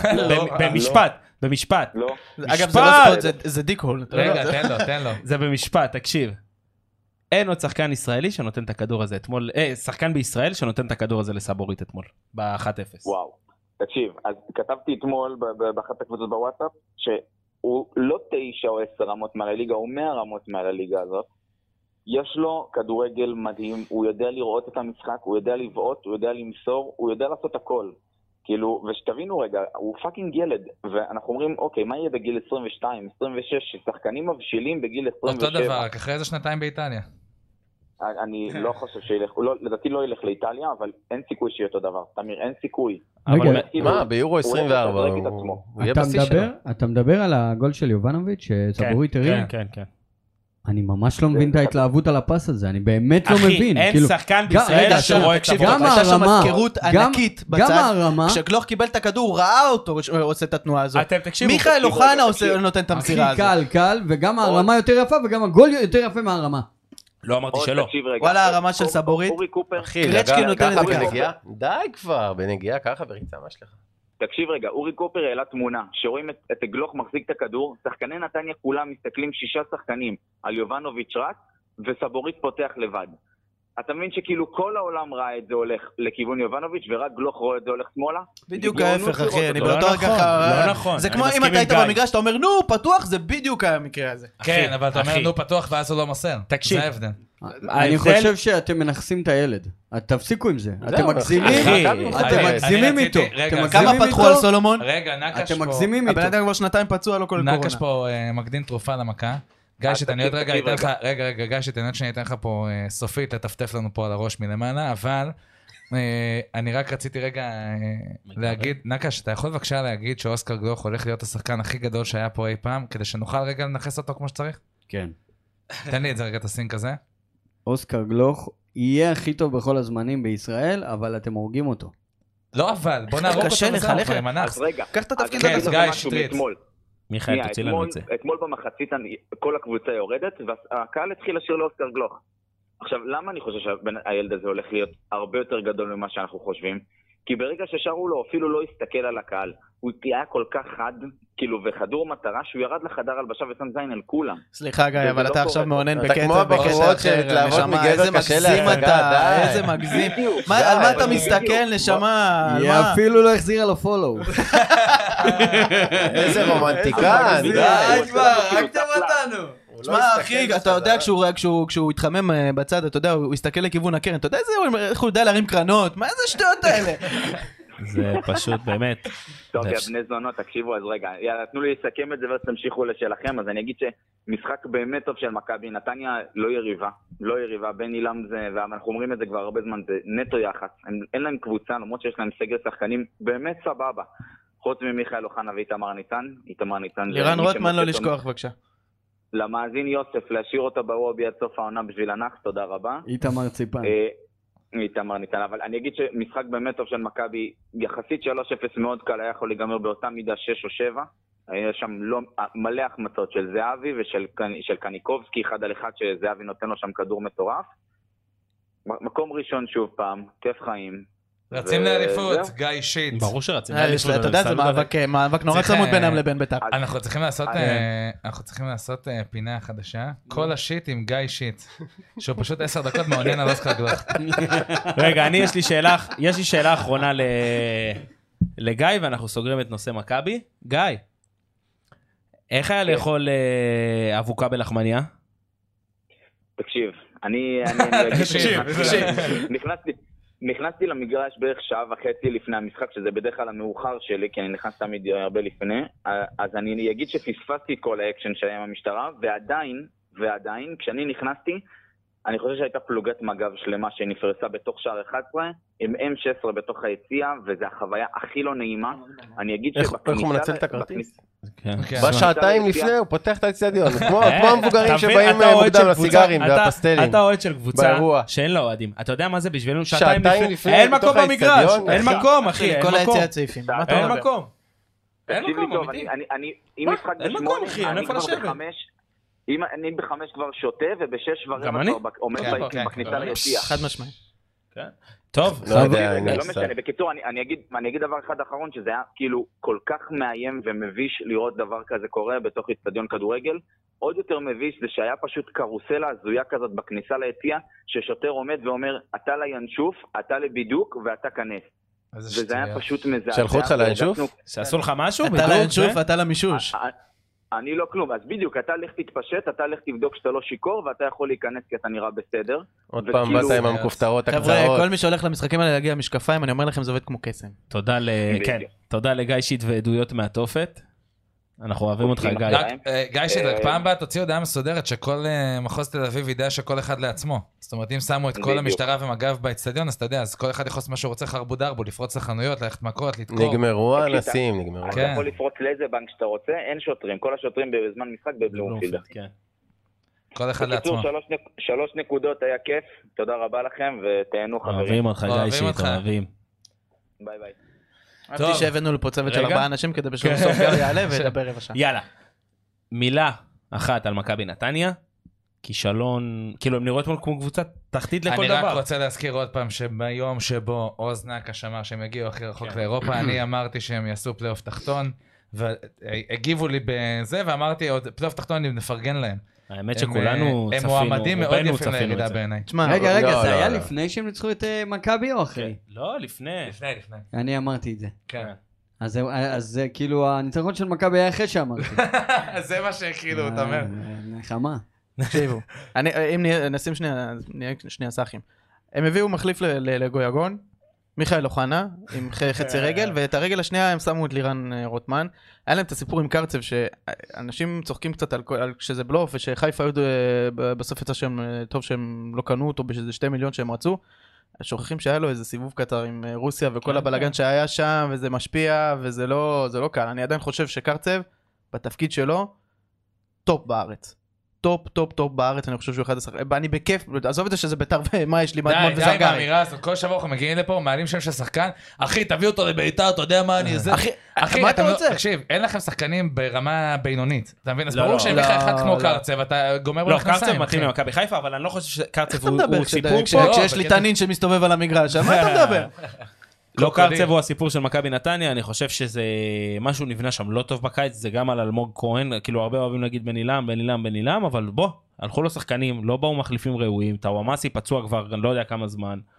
במשפט. אגב, זה לא ספוט, זה דיקהול. רגע, תן לו. זה במשפט, תקשיב. אין עוד שחקן ישראלי שנותן את הכדור הזה אתמול, שחקן בישראל שנותן את הכדור הזה לסבורית אתמול, ב-1-0. וואו, תקשיב, אז כתבתי אתמול באחת הקבוצות בוואטסאפ, שהוא לא 9 או 10 רמות מעל הליגה, הוא 100 רמות מעל הליגה הזאת. יש לו כדורגל מדהים, הוא יודע לראות את המשחק, הוא יודע לבעוט, הוא יודע למסור, הוא יודע לעשות הכל. כאילו, ושתבינו רגע, הוא פאקינג ילד, ואנחנו אומרים, אוקיי, מה יהיה בגיל 22, 26, ששחקנים מבשילים בגיל 27? אותו דבר, רק אחרי איזה 2 באיטליה. אני לא חושב שילך, לדעתי לא ילך לאיטליה, אבל אין סיכוי שיהיה אותו דבר. תמיר, אין סיכוי. מה, ביורו 24, הוא יהיה בשיא שלו. אתה מדבר על הגול של יובנוביץ' שסבורית הרים? כן. אני ממש לא מבין את ההתלהבות על הפס הזה, אני באמת לא מבין. אחי, אין שחקן בישראל שרואה את הפס. הייתה שם מזכירות ענקית בצד, כשגלוך קיבל את הכדור, הוא ראה אותו עושה את התנועה הזאת. מיכאל אוחנה נותן את המסירה הזאת. הכי קל, וגם הרמה יותר יפה, וגם הגול יותר יפה מהרמה. לא אמרתי שלא. וואלה, הרמה של סבורית. קרצ'קי נותן את זה. די כבר, בנגיעה ככה בריצה, מה שלך? תקשיב רגע, אורי קופר העלה תמונה, שרואים את גלוך מחזיק את הכדור, שחקני נתניה כולם מסתכלים 6 שחקנים על יובנוביץ' רץ, וסבורית פותח לבד. אתה מבין שכאילו כל העולם ראה את זה הולך לכיוון יובנוביץ' ורק גלוך רואה את זה הולך שמאלה? בדיוק ההפך אחי, אני באותו רגע לא נכון. זה כמו אם אתה היית במגרש, אתה אומר נו פתוח, זה בדיוק המקרה הזה. כן, אבל אתה אומר נו פתוח ואז הוא לא מוסר. תקשיב. זה ההבדל. אני חושב שאתם מנחסים את הילד. תפסיקו עם זה. אתם מגזימים איתו. כמה פתחו על סולומון? רגע, נקש פה. אתם מגזימים איתו. הבן אדם כבר 2 פצוע, לא כל קורונה. נקש פה מקדין תרופה למכה. גיא שתני עוד רגע אתן לך, גיא שתני עוד שנייה אתן לך פה סופית לטפטף לנו פה על הראש מלמעלה, אבל אני רק רציתי רגע להגיד, נקש, אתה יכול בבקשה להגיד שאוסקר גלוך הולך להיות השחקן הכי גדול שהיה פה אי פעם, כדי שנוכל רגע לנחס אותו כמו שצריך? כן. תן לי את זה רגע, תסין כזה. אוסקר גלוך יהיה הכי טוב בכל הזמנים בישראל, אבל אתם הורגים אותו. לא אבל, בוא נהרוג אותו וזהו, כבר מנח. קח את התפקיד הזה. גיא שטרית. מיכאל, תוציא לנו את זה. אתמול במחצית כל הקבוצה יורדת, והקהל התחיל לשיר לאוסקר גלוך. עכשיו, למה אני חושב שהילד הזה הולך להיות הרבה יותר גדול ממה שאנחנו חושבים? כי ברגע ששרו לו, אפילו לא הסתכל על הקהל. הוא תהיה כל כך חד, כאילו, וחדור מטרה, שהוא ירד לחדר הלבשה ושם זין על כולם. סליחה גיא, אבל אתה עכשיו מעונן בקטע אחר, נשמה, איזה מגזים אתה, איזה מגזים. על מה אתה מסתכל, נשמה? היא אפילו לא החזירה לו פולו. איזה רומנטיקן. הרגתם אותנו. תשמע אחי, אתה יודע כשהוא התחמם בצד, אתה יודע, הוא הסתכל לכיוון הקרן, אתה יודע איך הוא יודע להרים קרנות? מה איזה שטויות האלה? זה פשוט באמת. טוב, בני זונות, תקשיבו, אז רגע, יאללה, תנו לי לסכם את זה ואז תמשיכו לשלכם, אז אני אגיד שמשחק באמת טוב של מכבי נתניה, לא יריבה, בין אילם זה, ואנחנו אומרים את זה כבר הרבה זמן, זה נטו יחס, אין להם קבוצה, למרות שיש להם סגל שחקנים באמת סבבה, חוץ ממיכאל אוחנה ואיתמר ניצן. לירן רוטמן לא לשכוח בבקשה. למאזין יוסף, להשאיר אותה בוובי עד סוף העונה בשביל הנח, תודה רבה. איתמר ציפן. איתמר ניתן, אבל אני אגיד שמשחק באמת טוב של מכבי, יחסית 3-0 מאוד קל, היה יכול להיגמר באותה מידה 6 או 7, היה שם מלא החמצות של זהבי ושל קניקובסקי, 1-1 שזהבי נותן לו שם כדור מטורף. מקום ראשון שוב פעם, כיף חיים. רצים לאליפות, גיא שיט. ברור שרצים לאליפות. אתה יודע, זה מאבק נורא צמוד בינם לבין בית"ר. אנחנו צריכים לעשות פינה חדשה, כל השיט עם גיא שיט, שהוא פשוט 10 דקות מעונן על אוסקר גלוך. רגע, יש לי שאלה אחרונה לגיא, ואנחנו סוגרים את נושא מכבי. גיא, איך היה לאכול אבוקה בלחמניה? תקשיב, אני נכנסתי למגרש בערך שעה וחצי לפני המשחק, שזה בדרך כלל המאוחר שלי, כי אני נכנס תמיד הרבה לפני, אז אני אגיד שפספסתי את כל האקשן שהיה עם המשטרה, ועדיין, כשאני נכנסתי, אני חושב שהייתה פלוגת מג"ב שלמה שנפרסה בתוך שער 11, עם M16 בתוך היציאה, וזו החוויה הכי לא נעימה. אני אגיד שבכניסה... איך הוא מנצל את הכרטיס? בשעתיים לפני הוא פותח את האצטדיון, כמו המבוגרים שבאים מוקדם לסיגרים והפסטלים. אתה אוהד של קבוצה שאין לה אוהדים. אתה יודע מה זה בשבילנו? שעתיים לפני. אין מקום במגרש. אין מקום, אחי. אין מקום. אין מקום, אמיתי. אין מקום, אחי. אין איפה לשבת. אני ב5 כבר שותה, וב6 כבר עומד בכניסה ליציאה. חד משמעי. טוב, לא משנה. בקיצור, אני אגיד דבר אחד אחרון, שזה היה כאילו כל כך מאיים ומביש לראות דבר כזה קורה בתוך אצטדיון כדורגל. עוד יותר מביש זה שהיה פשוט קרוסלה הזויה כזאת בכניסה ליציאה, ששוטר עומד ואומר, אתה לינשוף, אתה לבידוק ואתה כנס. וזה היה פשוט מזעזע. שלחו אותך לינשוף? שעשו לך משהו? אתה לינשוף, אתה למישוש. אני לא כלום, אז בדיוק, אתה לך תתפשט, אתה לך תבדוק שאתה לא שיקור, ואתה יכול להיכנס כי אתה נראה בסדר. עוד פעם באת עם המכופתרות הקצרות. חבר'ה, כל מי שהולך למשחקים האלה להגיע משקפיים, אני אומר לכם, זה עובד כמו קסם. תודה לגיא שיט ועדויות מהתופת. אנחנו אוהבים אותך, גיא. גיא שיט, רק פעם הבאה תוציאו דעה מסודרת, שכל מחוז תל אביב ידע שכל אחד לעצמו. זאת אומרת, אם שמו את כל המשטרה ומג"ב באצטדיון, אז אתה יודע, אז כל אחד יכול לעשות מה שהוא רוצה, חרבו דרבו, לפרוץ לחנויות, ללכת מכות, לתקור. נגמרו האנסים, נגמרו. אתה יכול לפרוץ לאיזה בנק שאתה רוצה, אין שוטרים, כל השוטרים בזמן משחק בבלומפילד. כל אחד לעצמו. 3 נקודות, היה כיף, תודה רבה לכם, ותהנו חברים. אוהבים אותך, גיא שיט, אוהבים. ביי ביי. אהבתי שהבאנו לפה צוות של 4 אנשים כדי בשביל סוף גר יעלה וידבר רבע שעה. יאללה, מילה אחת על מכבי נתניה, כישלון, כאילו הם נראו אתמול כמו קבוצת תחתית לכל דבר. אני רק רוצה להזכיר עוד פעם שביום שבו עוז נקש אמר שהם יגיעו הכי רחוק לאירופה, אני אמרתי שהם יעשו פלייאוף תחתון, והגיבו לי בזה ואמרתי עוד פלייאוף תחתון אני נפרגן להם. האמת שכולנו צפינו, הם מועמדים מאוד יפים לירידה בעיניי. רגע, זה היה לפני שהם ניצחו את מכבי או אחרי? לא, לפני. אני אמרתי את זה. כן. אז זה כאילו, הניצחון של מכבי היה אחרי שאמרתי. זה מה שהכילו, אתה אומר. נחמה. תקשיבו, אם נשים שנייה סחים. הם הביאו מחליף לגויגון, מיכאל אוחנה, עם חצי רגל, ואת הרגל השנייה הם שמו את לירן רוטמן. היה להם את הסיפור עם קרצב, שאנשים צוחקים קצת על שזה בלוף, ושחיפה היו בסוף יצא שהם טוב שהם לא קנו אותו, בשביל 2 מיליון שהם רצו. שוכחים שהיה לו איזה סיבוב קטר עם רוסיה, וכל הבלגן שהיה שם, וזה משפיע, וזה לא קל. אני עדיין חושב שקרצב, בתפקיד שלו, טופ בארץ. טופ בארץ, אני חושב שהוא אחד השחקנים, אני בכיף, עזוב את זה שזה ביתר ומה יש לי מדמון וזרגרי. די, באמירה הזאת, כל שבוע אנחנו מגיעים לפה, מעלים שם של שחקן, אחי, תביא אותו לביתר, אתה יודע מה אני זה. אחי, מה אתה רוצה? תקשיב, אין לכם שחקנים ברמה בינונית, אתה מבין? אז ברור שהם בכלל אחד כמו קרצב, אתה גומר בלכנסיים. לא, קרצב מתאים למכבי חיפה, אבל אני לא חושב שקרצב הוא סיפור פה. כשיש לי תנין שמסתובב על המגרש, מה אתה מדבר? לא קרצב הוא הסיפור של מכבי נתניה, אני חושב שזה משהו נבנה שם לא טוב בקיץ, זה גם על אלמוג כהן, כאילו הרבה אוהבים להגיד בן אילם, אבל בוא, הלכו לו שחקנים, לא באו מחליפים ראויים, טאוואמאסי פצוע כבר, אני לא יודע כמה זמן,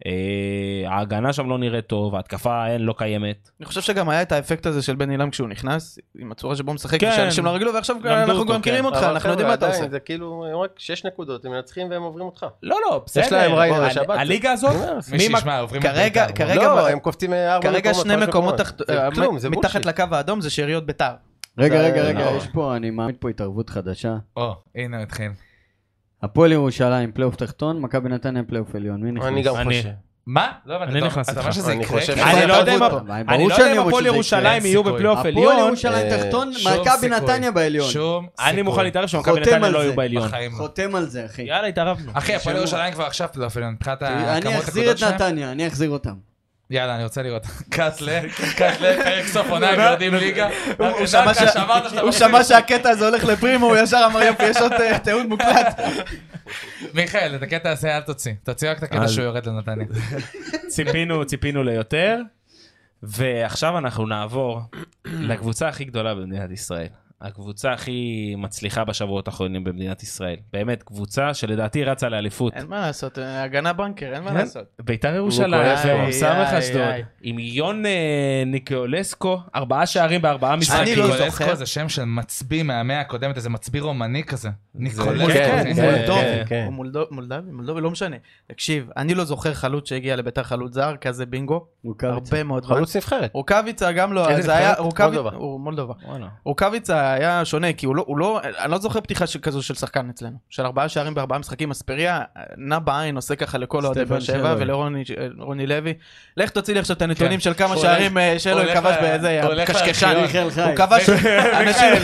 ההגנה שם לא נראית טוב, ההתקפה לא קיימת. אני חושב שגם היה את האפקט הזה של בן אילם כשהוא נכנס, עם הצורה שבו משחק, שאנשים לא רגלו, ועכשיו אנחנו גם מכירים אותך, אנחנו יודעים מה אתה עושה. זה כאילו, רק 6 נקודות, הם מנצחים והם עוברים אותך. לא, בסדר. יש להם ריינה בשבת. הליגה הזאת, לא, הם קופצים 4 מקומות. כרגע 2 מקומות מתחת לקו האדום זה שאריות ביתר. רגע, יש פה, אני מעמיד פה התערבות חדשה. הנה התחיל. הפועל ירושלים, פלייאוף תחתון, מכבי נתניה פלייאוף עליון. מי נכנס? אני גם חושב. מה? לא הבנתי, אתה אומר שזה יקרה? אני לא יודע אם הפועל ירושלים יהיו בפלייאוף עליון. הפועל ירושלים תחתון, מכבי נתניה בעליון. אני מוכן להתערב שמכבי נתניה לא יהיו בעליון. חותם על זה, אחי. יאללה, התערבנו. אחי, הפועל ירושלים כבר עכשיו פלייאוף עליון. אני אחזיר את נתניה, אני אחזיר אותם. יאללה, אני רוצה לראות. קאטלה, פרק סוף עונה, הם יורדים ליגה. הוא שמע שהקטע הזה הולך לפרימו, הוא ישר אמר יופי, יש עוד תיעוד מוקלט. מיכאל, את הקטע הזה אל תוציא. תוציא רק את הקטע שהוא יורד לנתניה. ציפינו ליותר, ועכשיו אנחנו נעבור לקבוצה הכי גדולה במדינת ישראל. הקבוצה הכי מצליחה בשבועות האחרונים במדינת ישראל. באמת, קבוצה שלדעתי רצה לאליפות. אין מה לעשות, הגנה בנקר, אין מה לעשות. ביתר ירושלים, סמך אשדוד, עם יון ניקולסקו, 4 שערים ב4 משחקים. ניקולסקו זה שם של מצביא מהמאה הקודמת, איזה מצביא רומני כזה. ניקולסקו. הוא מולדובי, לא משנה. תקשיב, אני לא זוכר חלוץ שהגיע לביתר חלוץ זר, כזה בינגו. הרבה מאוד. חלוץ נבחרת. רוקאביצה גם לא, מולדובה. רוקאביצה היה שונה, כי אני לא זוכר פתיחה כזו של שחקן אצלנו, של 4 שערים ב4 משחקים. אספריה נע בעין, עושה ככה לכל אוהדי באר שבע ולרוני לוי. לך תוציא לי עכשיו את הנתונים של כמה שערים שלו כבש באיזה קשקשן. הוא כבש אנשים.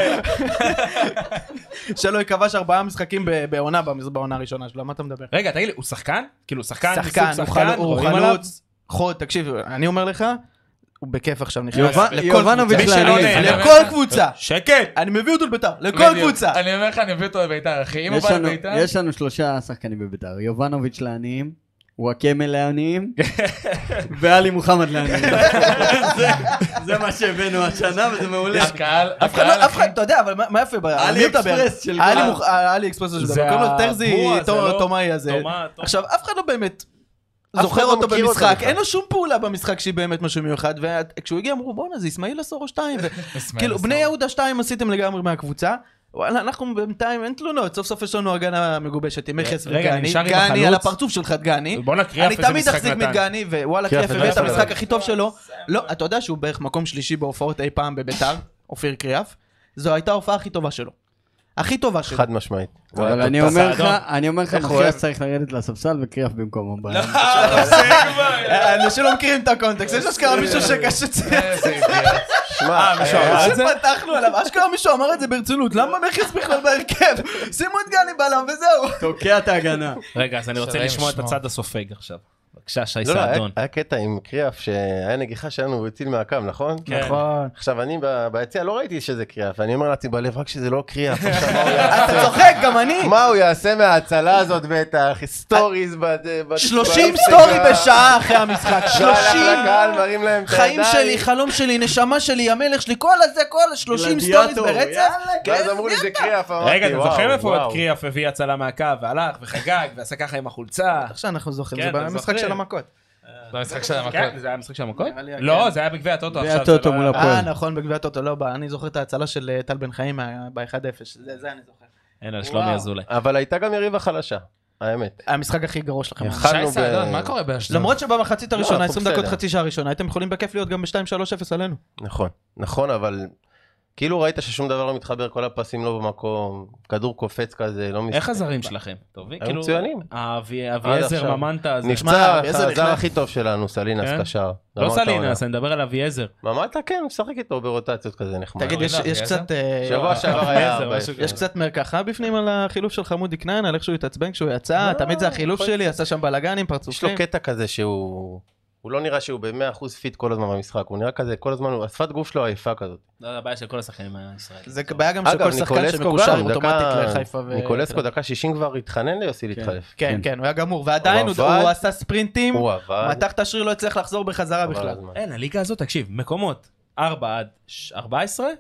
שלו כבש 4 משחקים בעונה הראשונה שלו, מה אתה מדבר? רגע, תגיד לי, הוא שחקן? כאילו שחקן, הוא חלוץ. תקשיב, אני אומר לך, הוא בכיף עכשיו נכנס יובנוביץ' לכל קבוצה. שקט. אני מביא אותו לביתר, לכל קבוצה. אני אומר לך, אני מביא אותו לביתר, אחי. אם הוא בא לביתר... יש לנו 3 שחקנים בביתר. יובנוביץ' לעניים, וואקמה לעניים, ואלי מוחמד לעניים. זה מה שהבאנו השנה, וזה מעולה. אף אחד, אתה יודע, אבל מה יפה? אלי אקספרס של אלי אקספרס של דבר. קוראים לו טרזי תומאי הזה. עכשיו, אף אחד לא באמת... זוכר אותו במשחק, אין לו שום פעולה במשחק שהיא באמת משהו מיוחד, וכשהוא הגיע אמרו בואנה זה אסמאעיל עשור או 2, כאילו בני יהודה 2 עשיתם לגמרי מהקבוצה, וואלה אנחנו בינתיים אין תלונות, סוף סוף יש לנו הגנה מגובשת עם מחס וגני, גני על הפרצוף שלך גני, אני תמיד אחזיק מגני, ווואלה קריאף הביא את המשחק הכי טוב שלו, לא, אתה יודע שהוא בערך מקום שלישי בהופעות אי פעם בביתר, אופיר קריאף, זו הייתה ההופעה הכי טובה שלו. הכי טובה שלו. חד משמעית. אבל אני אומר לך, מחייס צריך לרדת לספסל וקריאף במקומו. אנשים לא מכירים את הקונטקסט, יש אשכרה מישהו שקשת. פתחנו עליו, אשכרה מישהו אמר את זה ברצינות, למה מחייס בכלל בהרכב? שימו את גני בלם וזהו. תוקע את ההגנה. רגע, אז אני רוצה לשמוע את הצד הסופג עכשיו. בבקשה, שי סעדון. היה קטע עם קריאף שהיה נגיחה שלנו הוא הציל מהקו, נכון? נכון. עכשיו אני ביציע לא ראיתי שזה קריאף, אני אומר לעצמי בלב רק שזה לא קריאף. אתה צוחק, גם אני. מה הוא יעשה מההצלה הזאת ואת הסטוריז 30 סטורי בשעה אחרי המשחק, 30. חיים שלי, חלום שלי, נשמה שלי, המלך שלי, כל הזה, כל 30 סטוריז ברצף. אז אמרו לי זה קריאף. רגע, אתם זוכרים איפה את קריאף הביא הצלה מהקו והלך וחגג ועשה ככה עם החולצה? עכשיו אנחנו זוכרים, זה במשחק של המכות. במשחק של המכות. זה היה משחק של המכות? לא, זה היה בגביע הטוטו. בגביע הטוטו מול הפועל. נכון, בגביע הטוטו, לא, אני זוכר את ההצלה של טל בן חיים ב-1-0, זה אני זוכר. אין, על שלומי אזולאי. אבל הייתה גם יריבה חלשה, האמת. המשחק הכי גרוע שלכם. שי סעדון, מה קורה באשדוד? למרות שבמחצית הראשונה, 20 דקות חצי שעה הראשונה, הייתם יכולים בכיף להיות גם ב-2-3-0 עלינו. נכון, אבל... כאילו ראית ששום דבר לא מתחבר, כל הפסים לא במקום, כדור קופץ כזה, לא מסתכל. איך הזרים שלכם? טובים? הם מצוינים. אביעזר ממנטה. נפצע, הזר הכי טוב שלנו, סלינס קשר. לא סלינס, אני מדבר על אביעזר. ממנטה כן, הוא משחק איתו ברוטציות כזה נחמד. תגיד, יש קצת... שבוע שעבר היה... יש קצת מרקחה בפנים על החילוף של חמודי כנען, על איך שהוא התעצבן כשהוא יצא, תמיד זה החילוף שלי, עשה שם בלגנים, פרצופים. יש לו קטע כזה שהוא... הוא לא נראה שהוא ב-100% פיט כל הזמן במשחק, הוא נראה כזה כל הזמן, השפת גוף שלו עייפה כזאת. זה הבעיה של כל השחקנים הישראלים. זה בעיה גם של כל שחקן שמקושר אוטומטית לחיפה. ניקולסקו דקה 60 כבר התחנן ליוסי להתחלף. כן, הוא היה גמור, ועדיין הוא עשה ספרינטים, מתח את השריר לא הצליח לחזור בחזרה בכלל. אין, הליגה הזאת, תקשיב, מקומות 4 עד 14,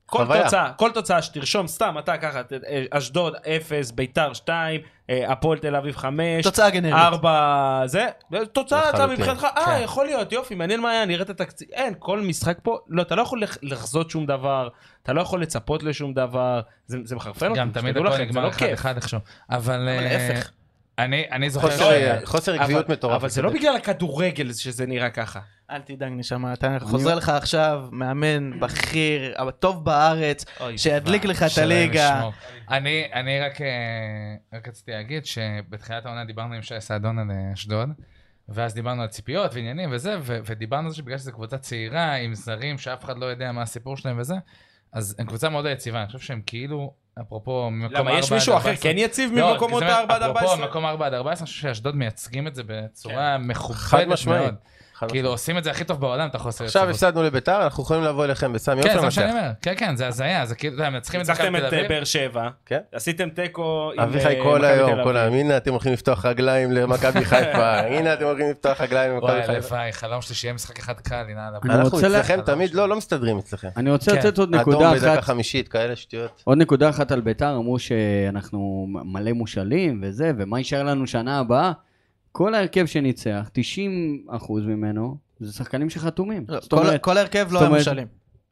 כל תוצאה שתרשום סתם, אתה ככה, אשדוד 0, ביתר 2, הפועל תל אביב 5, תוצאה גנרית. 4, זה, תוצאה אתה מבחינתך, יכול להיות, יופי, מעניין מה היה, נראה את התקציב, אין, כל משחק פה, לא, אתה לא יכול לחזות שום דבר, אתה לא יכול לצפות לשום דבר, זה מחרפן אותי, גם תמיד הכל נגמר אחד איכשהו, אבל להפך. אני זוכר חוסר עקביות מטורף. אבל זה לא בגלל הכדורגל שזה נראה ככה. אל תדאג נשמה, אתה חוזר לך עכשיו, מאמן בכיר, הטוב בארץ, שידליק לך את הליגה. אני רק רציתי להגיד שבתחילת העונה דיברנו עם שי סעדון על אשדוד, ואז דיברנו על ציפיות ועניינים וזה, ודיברנו על זה שבגלל שזו קבוצה צעירה, עם זרים שאף אחד לא יודע מה הסיפור שלהם וזה, אז הם קבוצה מאוד יציבה, אני חושב שהם כאילו, אפרופו ממקום 4-14. למה, יש מישהו אחר כן יציב ממקומות 4-14? אפרופו ממקום 4-14, אני חושב שאשדוד מייצגים את זה בצורה מכובדת מאוד. כאילו עושים את זה הכי טוב בעולם, אתה חוסר יציבות. עכשיו הפסדנו לביתר, אנחנו יכולים לבוא אליכם בסמי עופר. כן, זה מה שאני אומר. כן, זה הזיה, זה כאילו, הם צריכים את זה ניצחתם את באר שבע, עשיתם תיקו עם אביחי כל היום, הנה אתם הולכים לפתוח רגליים למכבי חיפה, הנה אתם הולכים לפתוח רגליים למכבי חיפה. וואי, חלום שלי שיהיה משחק אחד קל, הנה עליו. אנחנו אצלכם תמיד לא מסתדרים אצלכם. אני רוצה לתת עוד נקודה אחת. אדום בדקה חמישית, כאלה שטויות. עוד נקודה אחת על ביתר, אמרו שאנחנו מלא מושלים וזה, ומה יישאר לנו שנה הבאה? כל ההרכב שניצח, 90% ממנו, זה שחקנים שחתומים. כל ההרכב לא היה מושלים.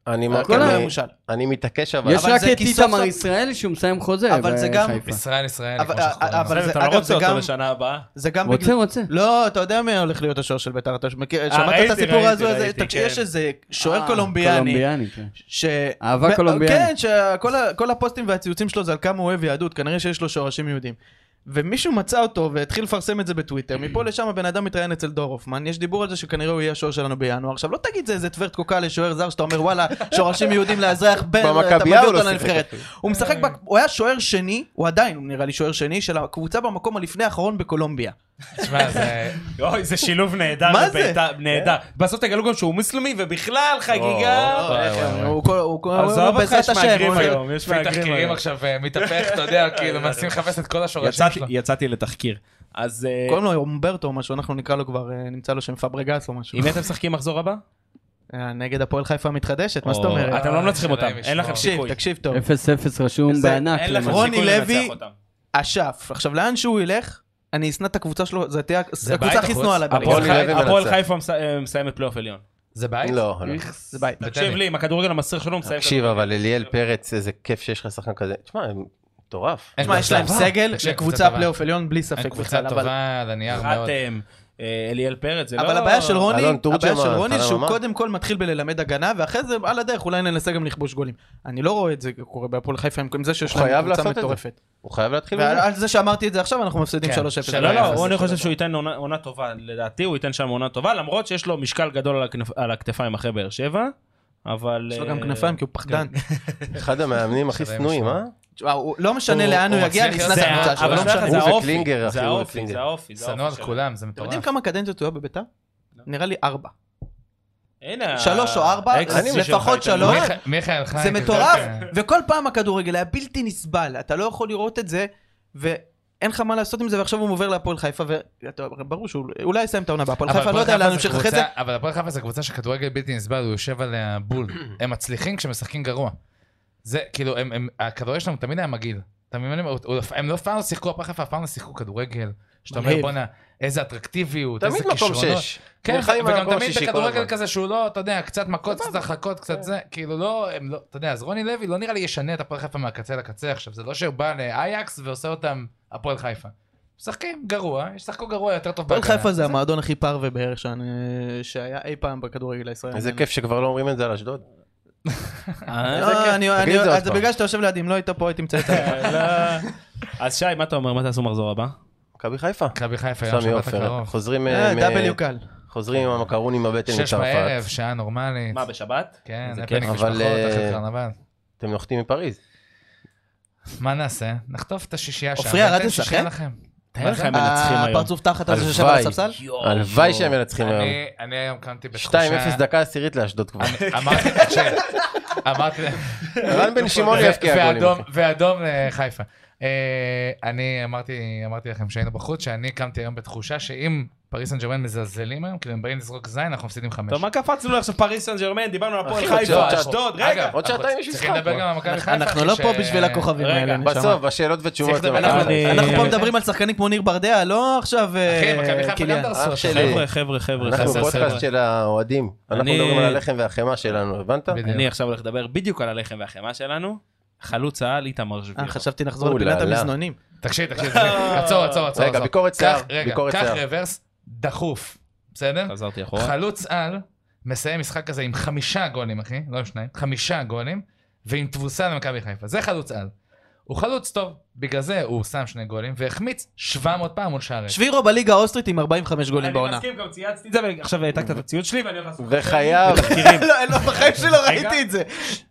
אני מתעקש אבל... יש רק את איתמר ישראל שהוא מסיים חוזה. אבל זה גם... ישראל, אבל אתה לא רוצה אותו לשנה הבאה? רוצה. לא, אתה יודע מי הולך להיות השוער של ביתר. שמעת את הסיפור הזה? יש איזה שוער קולומביאני. אהבה קולומביאני. כן, שכל הפוסטים והציוצים שלו זה על כמה הוא אוהב יהדות. כנראה שיש לו שורשים יהודים. ומישהו מצא אותו והתחיל לפרסם את זה בטוויטר, מפה לשם הבן אדם מתראיין אצל דור הופמן, יש דיבור על זה שכנראה הוא יהיה השוער שלנו בינואר, עכשיו לא תגיד זה איזה טברט קוקה לשוער זר שאתה אומר וואלה, שורשים יהודים לאזרח, אתה מביא אותו לנבחרת. הוא משחק, הוא היה שוער שני, הוא עדיין נראה לי שוער שני של הקבוצה במקום הלפני האחרון בקולומביה. תשמע, זה שילוב נהדר. מה זה? נהדר. בסוף תגלו גם שהוא מוסלמי ובכלל חגיגה. הוא בעזרת השם. יש תחקירים עכשיו מתהפך, אתה יודע, כאילו מנסים לחפש את כל השורשים שלו. יצאתי לתחקיר. אז... קוראים לו אומברטו או משהו, אנחנו נקרא לו כבר, נמצא לו שם פאברגס או משהו. עם מי אתם משחקים מחזור הבא? נגד הפועל חיפה מתחדשת, מה זאת אומרת? אתם לא מנצחים אותם, אין לכם סיכוי. תקשיב טוב. 0-0 רשום בענק. רוני לוי, אשף. עכשיו לאן שהוא ילך, אני אסנה את הקבוצה שלו, זה תהיה הקבוצה הכי שנואה עליו. הפועל חיפה מסיים את פלייאוף עליון. זה בית? לא. זה בית. תקשיב לי, עם הכדורגל המסריח שלו מסיים. תקשיב, אבל אליאל פרץ, איזה כיף שיש לך שחקן כזה. תשמע, מטורף. יש להם סגל לקבוצה פלייאוף עליון בלי ספק. קבוצה טובה על הנייר מאוד. אליאל פרץ, זה לא... אבל הבעיה של רוני שהוא קודם כל מתחיל בללמד הגנה, ואחרי זה על הדרך אולי ננסה גם לכבוש גולים. אני לא רואה את זה קורה בהפועל חיפה עם זה שיש להם קבוצה מטורפת. הוא חייב להתחיל בזה. ועל זה שאמרתי את זה עכשיו אנחנו מפסידים 3-0. לא, אני חושב שהוא ייתן עונה טובה, לדעתי הוא ייתן שם עונה טובה, למרות שיש לו משקל גדול על הכתפיים אחרי באר שבע, אבל... יש לו גם כנפיים כי הוא פחדן. אחד המאמנים הכי שנואים, אה? לא משנה לאן הוא יגיע, נשנא את הקבוצה שלו. זה האופי, זה האופי. שנוא על כולם, זה מטורף. אתם יודעים כמה קדנציות הוא היה בביתר? נראה לי 4. 3 או 4, לפחות 3. זה מטורף, וכל פעם הכדורגל היה בלתי נסבל, אתה לא יכול לראות את זה, ואין לך מה לעשות עם זה, ועכשיו הוא עובר להפועל חיפה, וברור שהוא אולי יסיים את העונה בהפועל חיפה, לא יודע לאן נמשיך אחרי זה. אבל הפועל חיפה זה קבוצה שכדורגל בלתי נסבל, הוא יושב עליה בול. הם מצליחים כשמשחקים גרוע. זה, כאילו, הכדורגל שלנו תמיד היה מגעיל. הם לא פעם לא שיחקו, הפועל חיפה פעם לא שיחקו כדורגל. שאתה אומר, בוא'נה, איזה אטרקטיביות, איזה כישרונות. תמיד מקום 6. כן, וגם תמיד בכדורגל כזה שהוא לא, אתה יודע, קצת מכות, קצת הרחקות, קצת זה, כאילו לא, אתה יודע, אז רוני לוי לא נראה לי ישנה את הפועל חיפה מהקצה לקצה. עכשיו, זה לא שהוא בא לאייקס ועושה אותם הפועל חיפה. משחקים גרוע, ישחקו גרוע יותר טוב. הפועל חיפה זה המועדון הכי פרווה בערך שהיה אי פעם בכדורגל הישראלי. איזה כיף שכבר לא אומרים את זה על אשדוד. אז בגלל שאתה יושב לידי, אם לא היית פה, הייתי מצא את זה. אז שי, מה אתה אומר? מה תעשו מחזור הבא? מכבי חיפה. מכבי חיפה, יום שבת הקרוב. חוזרים חוזרים עם המקרון עם הבטן מצרפת. 6 בערב, שעה נורמלית. מה, בשבת? כן, הפניק משפחות, אחרי קרנבל. אתם נוחתים מפריז. מה נעשה? נחטוף את השישייה שם. אופרי, ירד לשחק? תאר לך הם מנצחים היום. הפרצוף תחת הזה שיושב על הספסל? הלוואי שהם מנצחים היום. אני היום קמתי בתחושה... 2-0 דקה עשירית לאשדוד כבר. אמרתי... רן בן שמעון יפקיע גולים. ואדום לחיפה. אני אמרתי לכם שהיינו בחוץ, שאני קמתי היום בתחושה שאם פריס סן ז'רמן מזלזלים היום, כאילו הם באים לזרוק זין, אנחנו מפסידים 5. טוב, מה קפצנו עכשיו פריס סן ז'רמן, דיברנו על הפועל חיפה, אשדוד, רגע. עוד שעתיים יש משחק. אנחנו לא פה בשביל הכוכבים האלה. בסוף, בשאלות ותשובות. אנחנו פה מדברים על שחקנים כמו ניר ברדע, לא עכשיו... אחי, מכבי חיפה גם דרסו. חבר'ה. אנחנו פודקאסט של האוהדים. אנחנו מדברים על הלחם והחמה שלנו, הבנת? אני עכשיו הולך לדבר בדיוק על הלחם והחמה שלנו. חלוץ העל, איתמר שבירו. חשבתי נחזור לפינת המזנונים. תקשיב, עצור. רגע, ביקורת שיער. קח רוורס דחוף, בסדר? חזרתי אחורה. חלוץ על מסיים משחק כזה עם 5 גולים, אחי, לא עם 2, 5 גולים, ועם תבוסה למכבי חיפה. זה חלוץ על. הוא חלוץ טוב, בגלל זה הוא שם 2 גולים, והחמיץ 700 פעם מול שער. שבירו בליגה האוסטרית עם 45 גולים בעונה. אני מסכים, גם צייצתי את זה, ועכשיו העתקת את הציוד שלי, ואני הולך לעשות... וחייב. לא, בחיים שלי לא ראיתי את זה.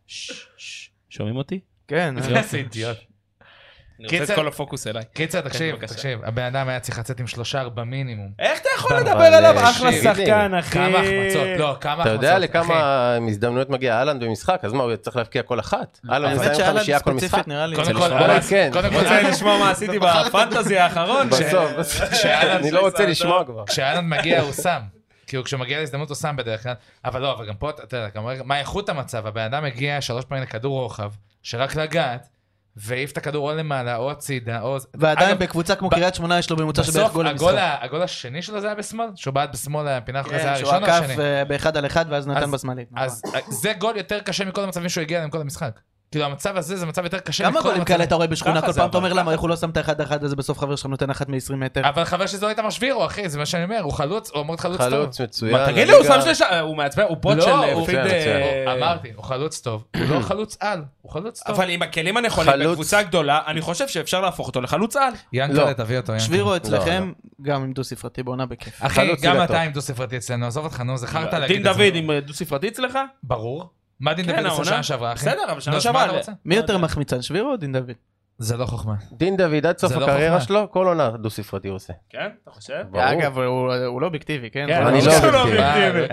שומעים אותי? כן. איזה אידיוט. אני רוצה את כל הפוקוס אליי. קיצר, תקשיב, הבן אדם היה צריך לצאת עם 3-4 מינימום. איך אתה יכול לדבר עליו? אחלה שחקן, אחי. כמה החמצות, לא, כמה החמצות. אתה יודע לכמה הזדמנויות מגיע אהלנד במשחק, אז מה, הוא צריך להבקיע כל אחת? אהלנד מסיים 5 כל משחק. קודם כל, רוצה לשמוע מה עשיתי בפנטזי האחרון. בסוף, אני לא רוצה לשמוע כבר. כשאהלנד מגיע הוא שם. כאילו כשהוא מגיע להזדמנות הוא שם בדרך כלל, אבל לא, אבל גם פה, אתה יודע, מה איכות המצב? הבן אדם מגיע 3 פעמים לכדור רוחב, שרק לגעת, והעיף את הכדור או למעלה, או הצידה, או... ועדיין בקבוצה כמו קריית שמונה יש לו ממוצע שבערך גול למשחק. הגול השני שלו זה היה בשמאל? שהוא בעט בשמאל, הפינה אחרי זה היה שהוא הראשון או השני? עקף באחד על אחד ואז נתן בשמאלית. אז זה גול יותר קשה מכל המצבים שהוא הגיע להם כל המשחק. כאילו המצב הזה זה מצב יותר קשה כמה גולים כאלה אתה רואה בשכונה? כל פעם אתה אומר למה איך הוא לא שם את האחד הזה בסוף חבר שלך נותן אחת מ-20 מטר. אבל חבר שזה לא איתמר שבירו, אחי, זה מה שאני אומר, הוא חלוץ, הוא אמור להיות חלוץ טוב. חלוץ מצוין. תגיד לי, הוא שם שלושה, הוא מעצבן, הוא פוט של פיד... אמרתי, הוא חלוץ טוב, הוא לא חלוץ על, הוא חלוץ טוב. אבל עם הכלים הנכונים בקבוצה גדולה, אני חושב שאפשר להפוך אותו לחלוץ על. ינקלה, תביא אותו, ינקלה. שבירו אצלכם גם עם דו-ספרתי בעונה בכיף. אחי, גם אתה עם דו-ספרתי אצלנו, עזוב אותך, נו, זכרת להגיד את זה. דין דוד עם דו-ספרתי אצלך? ברור. מה דין דוד עושה שנה שעברה, אחי? בסדר, אבל שנה שעברה. מי יותר מחמיצן, שבירו או דין דוד? זה לא חוכמה. דין דוד עד סוף הקריירה שלו, כל עונה דו-ספרתי הוא עושה. כן, אתה חושב? אגב, הוא לא אובייקטיבי, כן? אני לא אובייקטיבי.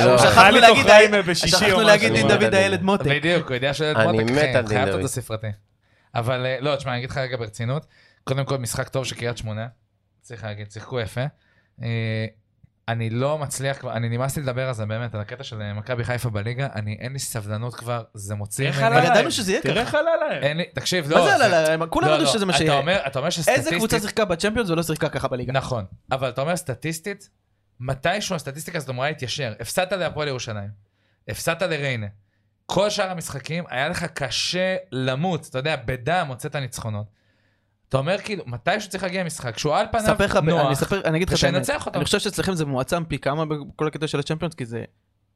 שכחנו להגיד דין דוד הילד מותק. בדיוק, הוא יודע שילד מותק, חייב את הדו-ספרתי. אבל לא, תשמע, אני אגיד לך רגע ברצינות, קודם כל משחק טוב של קריית שמונה, צריך להגיד, שיחקו יפה. אני לא מצליח כבר, אני נמאסתי לדבר על זה באמת, על הקטע של מכבי חיפה בליגה, אין לי סבלנות כבר, זה מוציא ממני. אבל ידענו שזה יהיה ככה. תראה איך עלה להם. תקשיב, לא. מה זה עלה להם? כולם ידעו שזה מה שיהיה. אתה אומר שסטטיסטית... איזה קבוצה שיחקה בצ'מפיונס ולא שיחקה ככה בליגה. נכון, אבל אתה אומר סטטיסטית, מתישהו הסטטיסטיקה הזאת אמורה להתיישר, הפסדת להפועל ירושלים, הפסדת לריינה, כל שאר המשחקים היה לך קשה למות, אתה יודע, בדם הוצאת הניצחונות. אתה אומר כאילו, מתי שהוא צריך להגיע משחק, שהוא על פניו נוח, ושנצח אותו. אני חושב שאצלכם זה מועצם פי כמה בכל הקטע של הצ'מפיונס, כי זה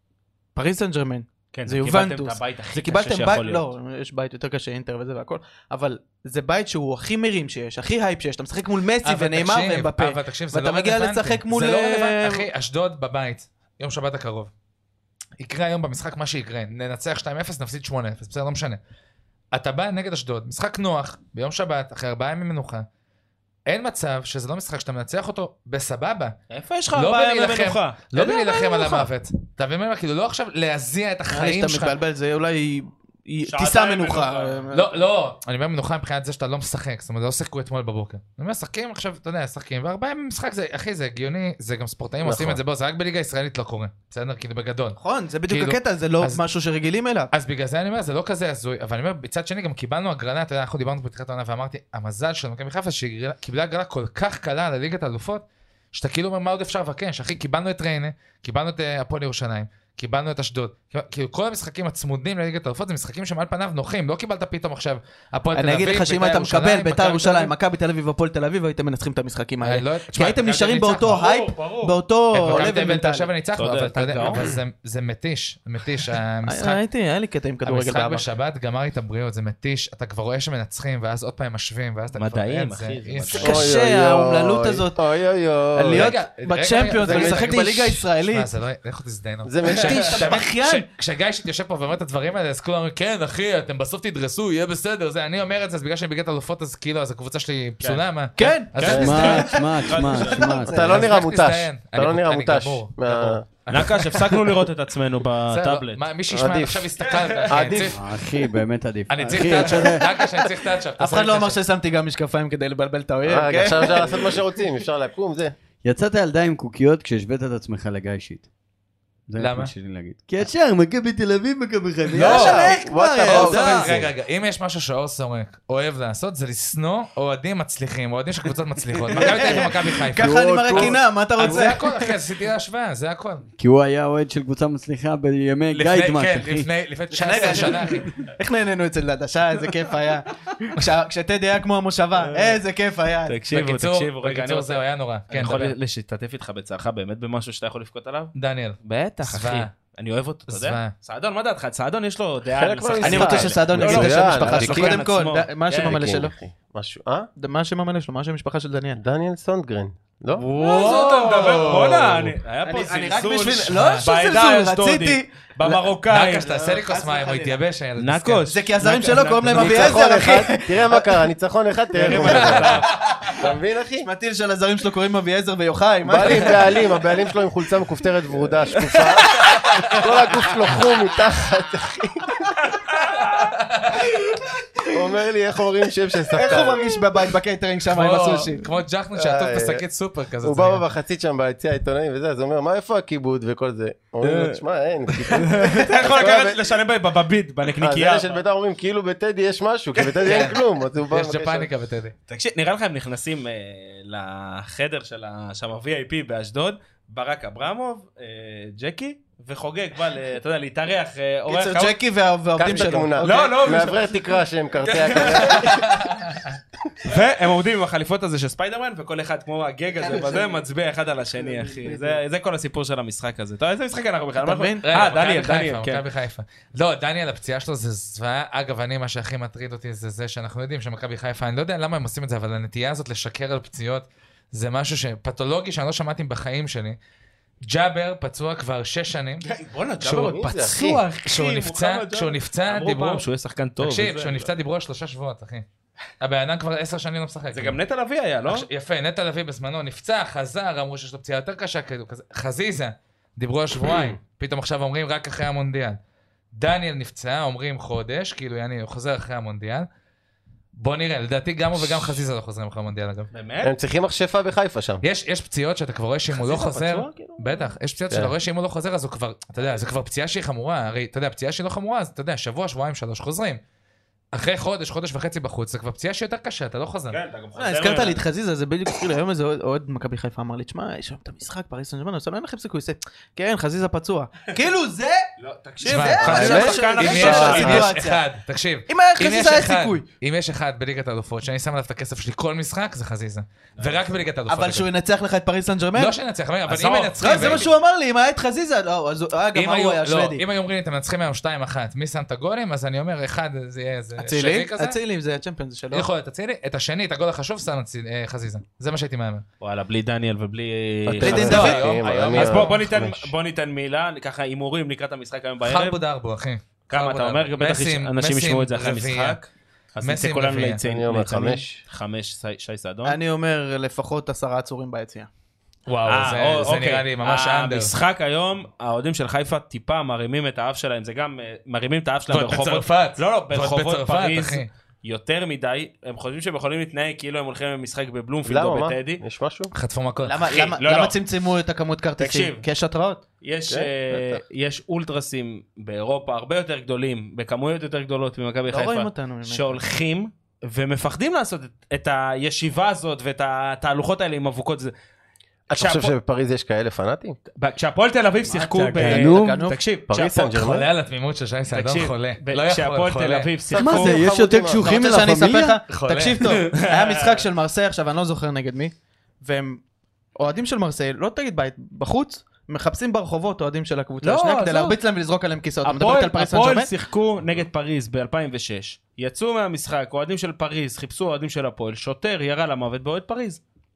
פריס סן ז'רמן, זה יובנטוס, זה קיבלתם בית, לא, יש בית יותר קשה, אינטר וזה והכל, אבל זה בית שהוא הכי מרים שיש, הכי הייפ שיש, אתה משחק מול מסי ונאמר ובפה, ואתה מגיע לשחק מול... זה לא רלוונטי, אחי, אשדוד בבית, יום שבת הקרוב. יקרה היום במשחק מה שיקרה, ננצח 2-0, נפסיד 8-0, בסדר, לא משנה. אתה בא נגד אשדוד, משחק נוח, ביום שבת, אחרי 4 ימים מנוחה, אין מצב שזה לא משחק שאתה מנצח אותו בסבבה. איפה יש לך 4 ימים מנוחה? לא בלהילחם על המוות. אתה מבין מה? כאילו לא עכשיו להזיע את החיים שלך. אתה מתבלבל, זה אולי טיסה מנוחה. לא, אני אומר מנוחה מבחינת זה שאתה לא משחק, זאת אומרת, לא שיחקו אתמול בבוקר. אני אומר, שחקים עכשיו, אתה יודע, שחקים, ו4 ימים משחק, אחי, זה הגיוני, זה גם ספורטאים עושים את זה, בוא, זה רק בליגה הישראלית לא קורה, בסדר? כאילו בגדול. נכון, זה בדיוק הקטע, זה לא משהו שרגילים אליו. אז בגלל זה אני אומר, זה לא כזה הזוי, אבל אני אומר, בצד שני גם קיבלנו הגרלה, אתה יודע, אנחנו דיברנו בפתיחת העונה ואמרתי, המזל של מכבי חיפה שקיבלה הגרלה כל כך קלה לליגת האלופות, שאתה כאילו אומר, מה עוד אפשר לבקש? אחי, קיבלנו את ריינה, קיבלנו את הפועל ירושלים, קיבלנו את אשדוד. כאילו כל המשחקים הצמודים לליגת האלופות זה משחקים שמעל פניו נוחים, לא קיבלת פתאום עכשיו הפועל תל אביב, אני אגיד לך שאם היית מקבל בית"ר ירושלים, מכבי תל אביב והפועל תל אביב, הייתם מנצחים את המשחקים האלה. כי הייתם נשארים באותו הייפ, באותו לבל מנטלי. אבל זה מתיש, המשחק. היה לי קטע עם כדורגל בעבר. המשחק בשבת גמר את הבריאות, זה מתיש, אתה כבר רואה שמנצחים, ואז עוד פעם משווים, ואז אתה מדעים, אחי. זה קשה, האומללות הזאת. להיות בצ'מפיונס ולשחק בליגה הישראלית. זה מתיש, אתה בכיין. כשגיא יושב פה ואומר את הדברים האלה, אז כולם אומרים, כן, אחי, אתם בסוף תדרסו, יהיה בסדר. אני אומר את זה, אז בגלל שאני בגלל אלופות, אז כאילו, אז הקבוצה שלי פסולה, מה? כן. שמע. אתה לא נראה מותש. אתה לא נראה מותש. נקש, הפסקנו לראות את עצמנו בטאבלט. מי שישמע, עכשיו הסתכל. עדיף. אחי, באמת עדיף. אני צריך טאצ'אפ, נקש, אני צריך טאצ'אפ. אף אחד לא אמר ששמתי גם משקפיים כדי לבלבל את האויב. עכשיו אפשר לעשות מה שרוצים, אפשר לקום, זה. יצאת ילדה עם קוקיות כשהשבאת את עצמך לגיא אישית. למה? כי ישר, מכבי תל אביב, מכבי חיפה. לא, רגע, אם יש משהו שאור סורק אוהב לעשות, זה לשנוא אוהדים מצליחים, אוהדים של קבוצות מצליחות. מכבי תל אביב ומכבי חיפה. ככה אני מראה קינה, מה אתה רוצה? זה הכל, אחי, עשיתי להשוואה, זה הכל. כי הוא היה אוהד של קבוצה מצליחה בימי גיידמק, אחי. לפני 19 שנה, אחי. איך נהנינו אצל דדשה, איזה כיף היה. כשטדי היה כמו המושבה, איזה כיף היה. תקשיבו, בקיצור זהו, היה נורא. אני יכול לשתף איתך בצערך באמת במשהו שאתה יכול לבכות עליו? דניאל. בטח, אחי. אני אוהב אותו, אתה יודע? סעדון, מה דעתך? סעדון יש לו דעה. אני רוצה שסעדון יגיד את השם המשפחה שלו. קודם כל, מה השם המלא שלו? מה השם המלא שלו? מה השם המשפחה של דניאל? דניאל סונדגרן. לא? וואו, אתה מדבר, בוא'נה, היה פה זלזול. לא שזלזול, רציתי. במרוקאי. נקש, תעשה לי כוס מים, הוא התייבש. נקוש. זה כי הזרים שלו קוראים להם אביעזר, אחי. תראה מה קרה, ניצחון אחד, תראה מה קרה. אתה מבין, אחי? מטיל של הזרים שלו קוראים אביעזר ויוחאי. בא לי עם בעלים, הבעלים שלו עם חולצה מכופתרת ורודה, שקופה. כל הגוף שלו חום מתחת, אחי. הוא אומר לי, איך אומרים שם של שחקן? איך הוא מרגיש בבית בקייטרינג שם עם הסושי? כמו ג'חנו שעטוף בשקית סופר כזה. הוא בא במחצית שם ביציע העיתונאים וזה, אז הוא אומר, מה איפה הכיבוד וכל זה? אומרים לו, תשמע, אין. אתה יכול לקחת לשלם בבביד, בנקניקייה. אז אלה של בית"ר אומרים, כאילו בטדי יש משהו, כי בטדי אין כלום. יש ג'פניקה בטדי. תקשיב, נראה לך הם נכנסים לחדר של שם ה-VIP באשדוד, ברק אברמוב, ג'קי, וחוגג, בא, אתה יודע, להתארח. קיצר ג'קי והעובדים שלו. לא, מעברי תקרה שהם קרטי והם עומדים עם החליפות הזה של ספיידרמן, וכל אחד כמו הגג הזה וזה, מצביע אחד על השני, אחי. זה כל הסיפור של המשחק הזה. אתה יודע, איזה משחק אנחנו בכלל? דניאל, כן. מכבי חיפה. לא, דניאל, הפציעה שלו זה זוועה. אגב, מה שהכי מטריד אותי זה שאנחנו יודעים שמכבי חיפה, אני לא יודע למה הם עושים את זה, אבל הנטייה הזאת לשקר על פציעות, זה משהו שפתולוגי שאני לא שמעתי בחיים שלי. ג'אבר פצוע כבר 6 שנים. בוא'נה, ג'אבר עוד פצוע, אחי. כשהוא נפצע, דיברו... שהוא יהיה שחקן טוב. תקשיב, כשהוא נפצע דיברו על 3 שבועות, אחי. הבן אדם כבר 10 שנים לא משחק. זה גם נטע לביא היה, לא? יפה, נטע לביא בזמנו נפצע, חזר, אמרו שיש לו פציעה יותר קשה, חזיזה, דיברו על שבועיים, פתאום עכשיו אומרים רק אחרי המונדיאל. דניאל נפצע, אומרים חודש, כאילו יעני, הוא חוזר אחרי המונדיאל. בוא נראה, לדעתי גם הוא וגם חזיזה לא חוזרים אחרי המונדיאל אגב. באמת? הם צריכים מכשפה בחיפה שם. יש פציעות שאתה כבר רואה שאם הוא לא חוזר, בטח, יש פציעות שאתה רואה שאם הוא לא חוזר, אז הוא כבר, אתה יודע, זה כבר פציעה שהיא חמורה, הרי, אתה יודע, פציעה שהיא לא חמורה, אז אתה יודע, שבוע, שבועיים, 3 חוזרים. אחרי חודש, חודש וחצי בחוץ, זה כבר פציעה שיותר קשה, אתה לא חוזר. כן, אתה גם חוזר. הזכרת לי את חזיזה, זה בדיוק כאילו, היום איזה אוהד מכבי חיפה אמר לי, תשמע, יש שם את המשחק, פריס סן ז'רמן, אין לכם סיכוי, כן, חזיזה פצוע. כאילו זה? לא, תקשיב, תקשיב, אם היה חזיזה היה סיכוי. אם יש אחד בליגת האלופות, שאני שם עליו את הכסף שלי כל משחק, זה חזיזה. ורק בליגת האלופות. אבל שהוא ינצח לך את פריס סן ז'רמן? לא שינצח, אבל אם מנצחים... זה מה שהוא אמר לי, אם היה את חזיזה, לא, אז אגב, מה הוא היה שוודי? אם היו אומרים לי, אתם מנצחים היום 2-1, מי שם את הגולים, אז אני אומר, אחד, זה יהיה איזה אצילי, זה הצ'מפיון, זה שלו. יכול להיות, אצילי, את השני, את הגול החשוב, שם חזיזה. זה מה שהייתי מאמר. וואלה, בלי דניאל ובלי... אז בוא ניתן מילה, ככה הימורים לקראת המשחק היום בערב. חרבו דרבו, אחי. כמה אתה אומר? בטח אנשים ישמעו את זה אחרי המשחק. אז נצא כולנו ליציעים. אני אומר 5. 5, שי סעדון. אני אומר לפחות 10 עצורים ביציאה. וואו, זה נראה לי ממש אנדר. המשחק היום, האוהדים של חיפה טיפה מרימים את האף שלהם, זה גם מרימים את האף שלהם ברחובות. בצרפת. לא, ברחובות פריז. יותר מדי, הם חושבים שהם יכולים להתנהג כאילו הם הולכים למשחק בבלומפילד או בטדי. יש משהו? חטפו מכות. למה צמצמו את הכמות כרטיסים? כי יש התראות? יש אולטרסים באירופה הרבה יותר גדולים, בכמויות יותר גדולות ממכבי חיפה, שהולכים ומפחדים לעשות את הישיבה הזאת ואת התהלוכות האלה עם אבוקות. אתה חושב שבפריז יש כאלה פנאטים? כשהפועל תל אביב שיחקו תקשיב, חולה על התמימות של שי סעדון, חולה. כשהפועל תל אביב שיחקו... מה זה, יש יותר קשוחים מלפמיליה? תקשיב טוב, היה משחק של מרסיי עכשיו, אני לא זוכר נגד מי, והם אוהדים של מרסיי, לא תגיד בית, בחוץ, מחפשים ברחובות אוהדים של הקבוצה השנייה, כדי להרביץ להם ולזרוק עליהם כיסאות. הפועל שיחקו נגד פריז ב-2006, יצאו מהמשחק, אוהדים של פריז, חיפשו אוהדים של הפועל, שוטר ירה למוות באוהד פריז.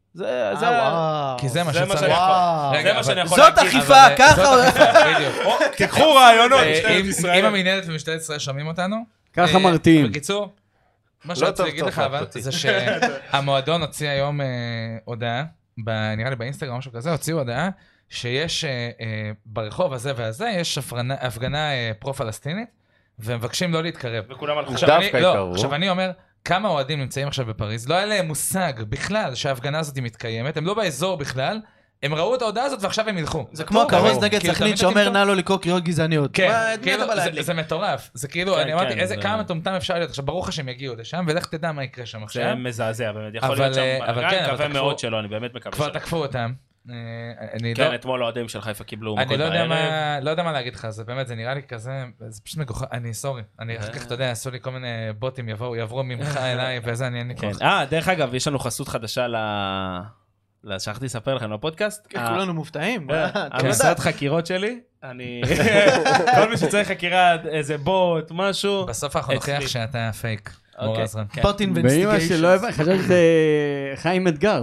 כי זה מה שאני יכול זאת אכיפה, ככה. תיקחו רעיונות. אם המנהלת ומשטרת ישראל שומעים אותנו. ככה מרתיעים. בקיצור, מה שרציתי להגיד לך אבל, זה שהמועדון הוציא היום הודעה, נראה לי באינסטגרם משהו כזה, הוציאו הודעה, שיש ברחוב הזה והזה, יש הפגנה פרו-פלסטינית, ומבקשים לא להתקרב. וכולם הלכו. עכשיו אני אומר, כמה אוהדים נמצאים עכשיו בפריז, לא היה להם מושג בכלל שההפגנה הזאת מתקיימת, הם לא באזור בכלל, הם ראו את ההודעה הזאת ועכשיו הם ילכו. זה כמו הכרוז נגד סכנין שאומר נא לא לקרוא קריאות גזעניות. כן, זה מטורף. זה כאילו, אני אמרתי, כמה מטומטם אפשר להיות. עכשיו, ברור לך שהם יגיעו לשם, ולך תדע מה יקרה שם עכשיו. זה מזעזע, באמת. יכול להיות שם ברגע, אני מקווה מאוד שלא, אני באמת מקווה כבר תקפו אותם. כן, אתמול האוהדים של חיפה קיבלו מכות בערב. אני לא יודע מה להגיד לך, זה באמת, זה נראה לי כזה, זה פשוט מגוחך, אני סורי. אני אחר כך, אתה יודע, עשו לי כל מיני בוטים, יעברו ממך אליי, וזה, אני אין לי כוח. דרך אגב, יש לנו חסות חדשה שכחתי לספר לכם לפודקאסט. כולנו מופתעים. המשרד חקירות שלי, כל מי שצריך חקירה, איזה בוט, משהו. בסוף אנחנו נוכיח שאתה פייק. בוט אינבסטיגיישן. חשבתי שזה חיים אתגר,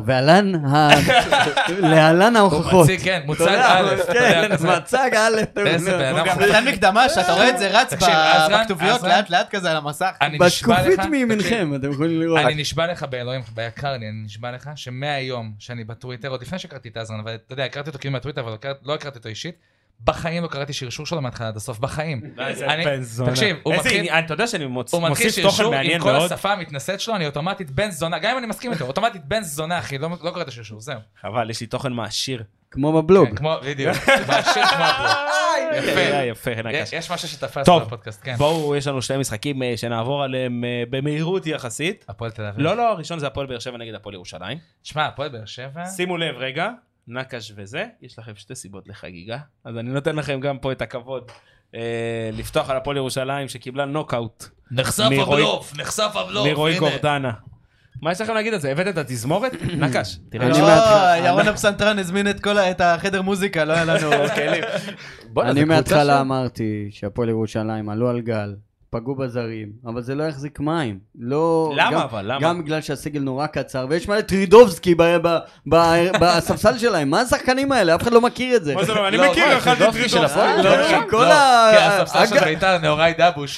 להלן ההוכחות. כן, מוצג א'. מצג א'. נתן מקדמה, שאתה רואה את זה רץ בכתוביות לאט לאט כזה על המסך. בשקופית מימינכם, אתם יכולים לראות. אני נשבע לך באלוהים, ביקר לי, אני נשבע לך שמהיום שאני בטוויטר, עוד לפני שקראתי את עזרן, אבל אתה יודע, הכרתי אותו כאילו מהטוויטר, אבל לא הכרתי אותו אישית, בחיים לא קראתי שרשור שלו מהתחלה עד הסוף, בחיים. תקשיב, הוא מתחיל... אתה יודע שאני מוסיף תוכן מעניין מאוד. עם כל השפה המתנשאת שלו, אני אוטומטית בן זונה, גם אם אני מסכים איתו, אוטומטית בן זונה, אחי, לא קורא את השרשור, זהו. חבל, יש לי תוכן מעשיר. כמו בבלוג. כמו, בדיוק, מעשיר כמו בבלוג. יפה, יש משהו שתפס בפודקאסט, כן. בואו, יש לנו שני משחקים שנעבור עליהם במהירות יחסית. הפועל תל אביב. לא, הראשון זה הפועל באר שבע נגד הפועל ירושלים. שמע, הפועל באר שבע. שימו לב רגע. נקש וזה, יש לכם שתי סיבות לחגיגה, אז אני נותן לכם גם פה את הכבוד לפתוח על הפועל ירושלים שקיבלה נוקאוט. נחשף הבלוף. מרועי גורדנה. מה יש לכם להגיד על זה? הבאת את התזמורת? נקש. ירון הפסנתרן הזמין את החדר מוזיקה, לא היה לנו כלים. אני מההתחלה אמרתי שהפועל ירושלים עלו על גל. פגעו בזרים, אבל זה לא יחזיק מים. למה אבל? למה? גם בגלל שהסגל נורא קצר, ויש מלא טרידובסקי בספסל שלהם. מה השחקנים האלה? אף אחד לא מכיר את זה. מה זה לא? אני מכיר אחד טרידובסקי. כל ה... כן, הספסל של בית"ר, נאורי דבוש.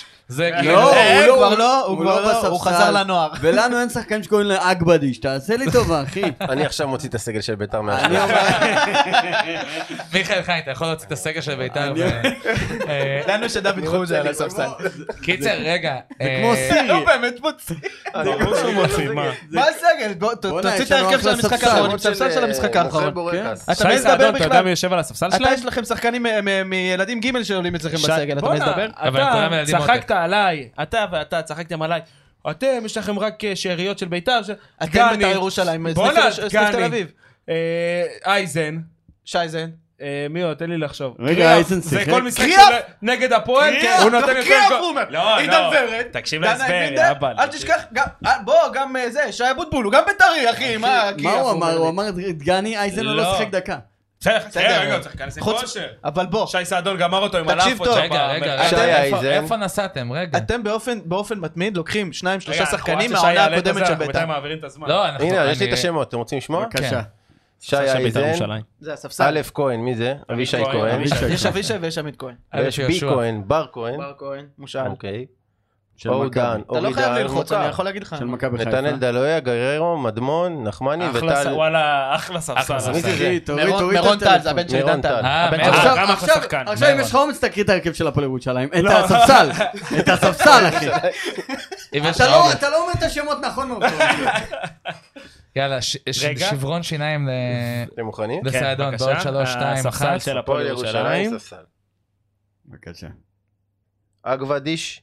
הוא חזר לנוער. ולנו אין שחקן שקוראים לאגבדיש, תעשה לי טובה, אחי. אני עכשיו מוציא את הסגל של בית"ר מהשלב. מיכאל חיים, אתה יכול להוציא את הסגל של בית"ר. לנו שדוד חוג'ה על הספסל. קיצר, רגע. זה כמו סירי. לא באמת מוציא. מה הסגל? תוציא את ההרכב של המשחק האחרון, הספסל של המשחק האחרון. שי סעדון, אתה יודע מי יושב על הספסל שלהם? אתה יש לכם שחקנים מילדים ג' שעולים אצלכם בסגל, אתה מדבר? אתה צחקת עליי, אתה ואתה צחקתם עליי. אתם, יש לכם רק שאריות של בית"ר. אתם בית"ר ירושלים, סניף תל אביב. אייזן. שייזן. מי עוד? תן לי לחשוב. רגע, אייזן שיחק. זה כל משחק נגד הפועל. הוא נותן יותר גול. לא, עידן ורד. תקשיב להסבר, אבא. אל תשכח, בוא, גם זה, שי אבוטבול, הוא גם בית"רי, אחי. מה הוא אמר? הוא אמר את גני, אייזן לא שיחק דקה. רגע, שחקן שיחק כושר. אבל בוא. שי סעדון גמר אותו עם תקשיב טוב. רגע, איפה נסעתם? רגע. אתם באופן מתמיד לוקחים 2-3 שחקנים מהעונה הקודמת של בית"ר. הנה, יש לי את השמות, אתם רוצים לשמוע? בבקשה. שי אייזן, זה הספסל. א' כהן, מי זה? אבישי כהן. יש אבישי ויש עמית כהן. ויש בי כהן, בר כהן. בר כהן, מושל. אוקיי. אורי דן, אתה לא חייב ללחוץ, אני יכול להגיד לך. של מכבי חיפה. נתנאל דלויה, גררו, מדמון, נחמני וטל. וואלה, אחלה ספסל. מי זה? מרון טל, זה הבן של דן טל. עכשיו אם יש לך אומץ תקריא את ההרכב של הפועל ירושלים. את הספסל. את הספסל, אחי. אתה לא אומר את השמות נכון מאוד. יאללה, שברון שיניים אתם מוכנים? לסעדון, בעוד 3, 2, 1. הספסל של הפועל ירושלים. בבקשה. אגבדיש.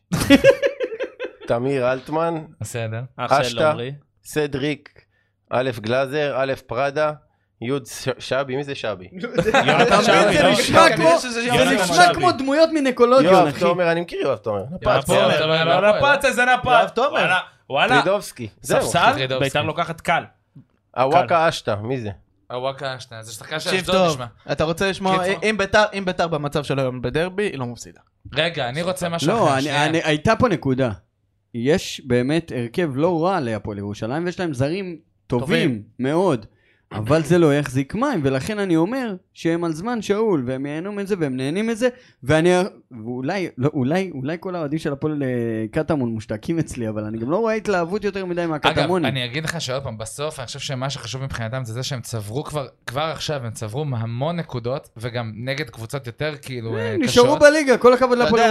תמיר אלטמן. בסדר. אשטה. סדריק. א' גלזר. א' פרדה. יוד שבי. מי זה שבי? זה נשמע כמו דמויות מנקולודיון, יואב אחי. תומר, אני מכיר יואב תומר. נפץ, איזה נפץ. יואב תומר. וואלה. טרידובסקי. ספסל, בית"ר לוקחת קל. הוואקה אשטה, מי זה? הוואקה אשטה, זה שחקן של תקשיב אשדוד טוב, נשמע. אתה רוצה לשמוע, אם בית"ר במצב שלו היום בדרבי, היא לא מפסידה. רגע, אני רוצה משהו לא, אחר. הייתה פה נקודה. יש באמת הרכב לא רע להפועל ירושלים, ויש להם זרים טובים מאוד. אבל זה לא יחזיק מים, ולכן אני אומר שהם על זמן שאול, והם ייהנו מזה, והם נהנים מזה, ואולי כל האוהדים של הפועל קטמון מושתקים אצלי, אבל אני גם לא רואה התלהבות יותר מדי מהקטמונים. אגב, אני אגיד לך שעוד פעם, בסוף אני חושב שמה שחשוב מבחינתם זה זה שהם צברו כבר עכשיו, הם צברו המון נקודות, וגם נגד קבוצות יותר כאילו קשות. נשארו בליגה, כל הכבוד להפועל.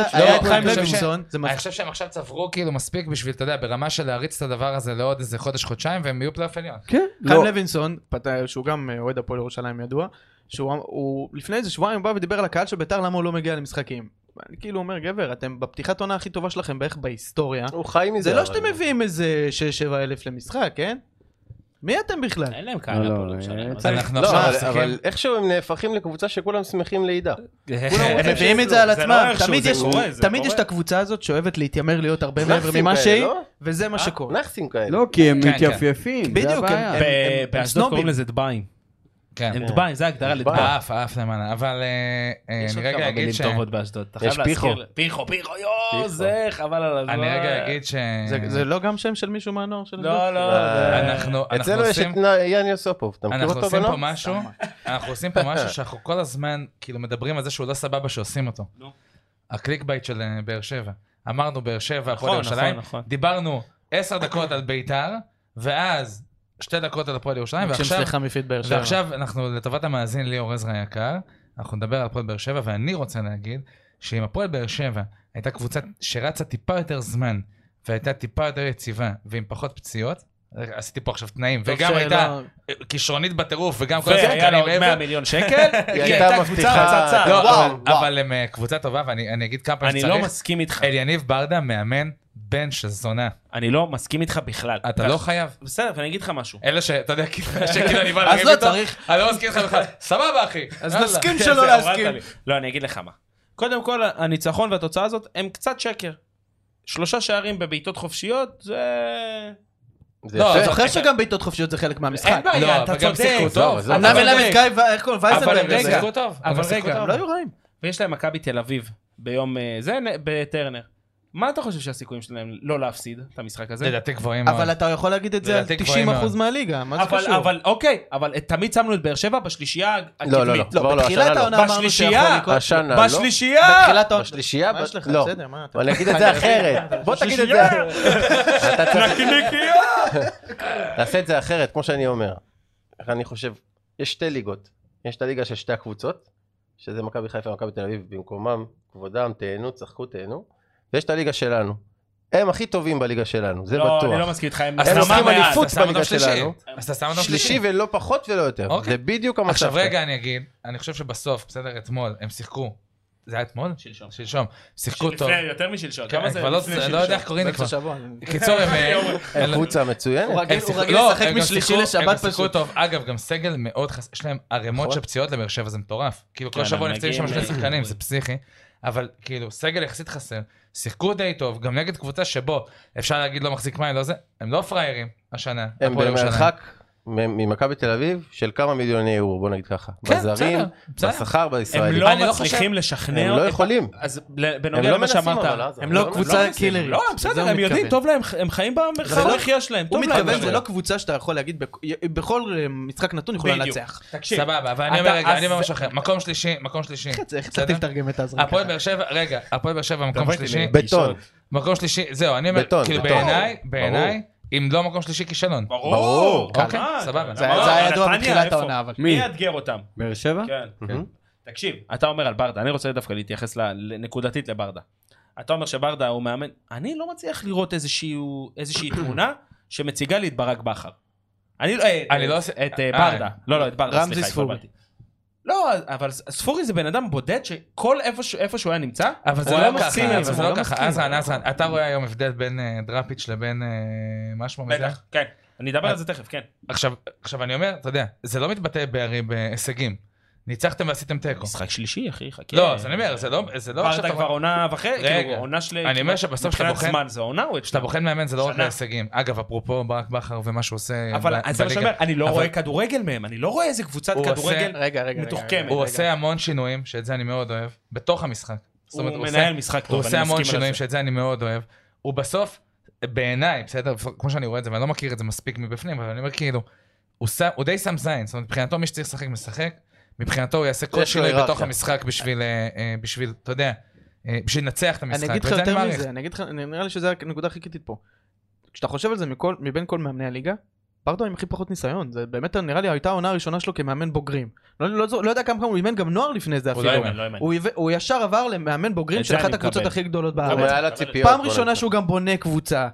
אני חושב שהם עכשיו צברו כאילו מספיק בשביל, אתה יודע, ברמה של להריץ את הדבר הזה לעוד איזה חודש-חודשיים, והם יהיו פלייאוף עליון. חיים לוינסון, שהוא גם אוהד הפועל ירושלים ידוע, שהוא לפני איזה שבועיים בא ודיבר על הקהל של בית"ר למה הוא לא מגיע למשחקים. אני כאילו אומר, גבר, אתם בפתיחת עונה הכי טובה שלכם בערך בהיסטוריה. הוא חי מזה. זה לא שאתם מביאים איזה 6-7 אלף למשחק, כן? מי אתם בכלל? אין להם קהל הפועל ירושלים. אבל איכשהו הם נהפכים לקבוצה שכולם שמחים לידה. הם מביאים את זה על עצמם. תמיד יש את הקבוצה הזאת שאוהבת להתיימר להיות הרבה מעבר ממה שהיא, וזה מה שקורה. נחסים כאלה. לא, כי הם מתייפייפים. בדיוק. באשדוד קוראים לזה דביים. הם דביים, זה הגדרה לדביים. אף למעלה, אבל אני רגע אגיד ש... יש טובות באשדוד. יש פיחו, יו, זה חבל על הזמן. אני רגע אגיד ש... זה לא גם שם של מישהו מהנוער של... לא. אצלנו יש את יאן יוסופוב, אתה מכיר אותו בנוער? אנחנו עושים פה משהו שאנחנו כל הזמן כאילו מדברים על זה שהוא לא סבבה שעושים אותו. הקליק בייט של באר שבע. אמרנו באר שבע, הפועל ירושלים. דיברנו 10 דקות על בית"ר, ואז 2 דקות על הפועל ירושלים, ועכשיו אנחנו לטובת המאזין ליאור עזרא היקר, אנחנו נדבר על הפועל באר שבע, ואני רוצה להגיד שאם הפועל באר שבע הייתה קבוצה שרצה טיפה יותר זמן, והייתה טיפה יותר יציבה, ועם פחות פציעות, עשיתי פה עכשיו תנאים, וגם הייתה כישרונית בטירוף, וגם כל השחקנים מעבר. 100 מיליון שקל, היא הייתה מבטיחה. אבל הם קבוצה טובה, ואני אגיד כמה פעמים שצריך. אני לא מסכים איתך. אליניב ברדה מאמן בן של זונה. אני לא מסכים איתך בכלל. אתה לא חייב. בסדר, ואני אגיד לך משהו. אלה שאתה יודע, שכאילו אני בא להגיד איתו, אני לא מסכים איתך בכלל. סבבה, אחי. אז נסכים שלא להסכים. לא, אני אגיד לך מה. קודם כל, הניצחון והתוצאה הזאת הם קצת שקר. 3 שערים בבעיטות חופשיות, זה... לא, אתה זוכר שגם בעיטות חופשיות זה חלק מהמשחק. אין בעיה, אתה צודק. אמנם אין להם גיא וייזנברג. אבל רגע, לא היו רעים. ויש להם מכבי תל אביב ביום זה בטרנר. מה אתה חושב שהסיכויים שלהם לא להפסיד את המשחק הזה? לדעתי גבוהים מאוד. אבל אתה יכול להגיד את זה על 90% מהליגה, מה זה קשור? אבל אוקיי, אבל תמיד שמנו את באר שבע בשלישייה הקדמית. לא, בתחילת העונה אמרנו שיכול לקרות. בשלישייה! בשלישייה? מה יש לך? לא. בסדר, מה אתה? אבל נגיד את זה אחרת. בוא תגיד את זה. נקניקיה! תעשה את זה אחרת, כמו שאני אומר. אני חושב, יש 2 ליגות. יש את הליגה של 2 הקבוצות, שזה מכבי חיפה ומכבי תל אביב, במקומם, כבודם, תהנו, צחקו, תהנו. ויש את הליגה שלנו. הם הכי טובים בליגה שלנו, זה בטוח. לא, אני לא מסכים איתך. הם עושים אליפות בליגה שלנו. אז אתה שם אותם שלישי ולא פחות ולא יותר. זה בדיוק המצב. עכשיו רגע אני אגיד, אני חושב שבסוף, בסדר, אתמול, הם שיחקו. זה היה אתמול? שלשום. שיחקו טוב. יותר משלשום. לא יודע איך קוראים לי כבר. קיצור, הם קבוצה מצוינת. הוא רגיל לשחק משלישי לשבת פשוט. אגב, גם סגל מאוד חסר, יש להם ערימות של פציעות לבאר שבע, זה מטורף. כאילו כל שבוע נפצעים שם 2 שחקנים, זה פסיכי. אבל כאילו סגל יחסית חסר, שיחקו די טוב, גם נגד קבוצה שבו אפשר להגיד לא מחזיק מים, לא זה, הם לא פריירים השנה. הם במרחק ממכבי תל אביב של כמה מיליוני אירו, בוא נגיד ככה. בזרים, בשכר, בישראלים. הם לא מצליחים לשכנע. הם לא יכולים. אז בנוגע למה שאמרת, הם לא קבוצה קילרית. לא, בסדר, הם יודעים, טוב להם, הם חיים במרחב המחיה שלהם. הוא מתכוון, זה לא קבוצה שאתה יכול להגיד, בכל משחק נתון יכולה לנצח. סבבה, אבל אני אומר רגע, אני אומר משהו אחר. מקום שלישי. איך צריך לתרגם את ההזרקה? הפועל באר שבע, רגע, הפועל באר שבע מקום שלישי. בטון. מקום שלישי, זהו, אני אומר, כאילו בעיניי, אם לא מקום שלישי כישלון. ברור. אוקיי, סבבה. זה היה ידוע בתחילת העונה, אבל. מי יאתגר אותם? באר שבע? כן. תקשיב, אתה אומר על ברדה, אני רוצה דווקא להתייחס נקודתית לברדה. אתה אומר שברדה הוא מאמן, אני לא מצליח לראות איזושהי תמונה שמציגה לי את ברק בכר. אני לא עושה את ברדה. לא, את ברדה, רמזי ספורי. לא, אבל ספורי זה בן אדם בודד שכל איפה שהוא היה נמצא, אבל זה לא ככה, עזרן, אתה רואה היום הבדל בין דראפיץ' לבין משהו מזה? כן, אני אדבר על זה תכף, כן. עכשיו אני אומר, אתה יודע, זה לא מתבטא בהישגים. ניצחתם ועשיתם תיקו. משחק שלישי, אחי, חכה. לא, אז אני אומר, זה לא... ברדה כבר עונה וחצי, כאילו, עונה אני אומר שבסוף שאתה בוחן מאמן זה לא רק להישגים. אגב, אפרופו ברק בכר ומה שהוא עושה... אבל זה מה שאומר, אני לא רואה כדורגל מהם, אני לא רואה איזה קבוצת כדורגל מתוחכמת. הוא עושה המון שינויים, שאת זה אני מאוד אוהב, בתוך המשחק. הוא מנהל משחק טוב, הוא עושה המון שינויים, שאת זה אני מאוד אוהב. הוא בסוף, בעיניי, בסדר, כמו שאני רואה את זה, ואני לא מכיר את זה מספיק מבפנים, אבל אני אומר כאילו, הוא די שם זין, זאת אומרת, מבחינתו מי שצריך לשחק משחק, מבחינתו הוא יעשה כל יש לו שינוי היררכיה. בתוך המשחק בשביל, אתה יודע, בשביל לנצח את המשחק. אני אגיד לך ואת זה יותר מעריך. מזה, נראה לי שזה הנקודה הכי קריטית פה. כשאתה חושב על זה מבין כל מאמני הליגה, ברדה עם הכי פחות ניסיון, זה באמת נראה לי הייתה העונה הראשונה שלו כמאמן בוגרים. לא יודע כמה הוא אימן גם נוער לפני זה הוא לא אפילו. אימן, לא אימן. הוא ישר עבר למאמן בוגרים את של זה אחת אני הקבוצות מקבל. הכי גדולות גם בארץ. היה לה ציפיות. פעם בוא ראשונה נתחיל. שהוא גם בונה קבוצה.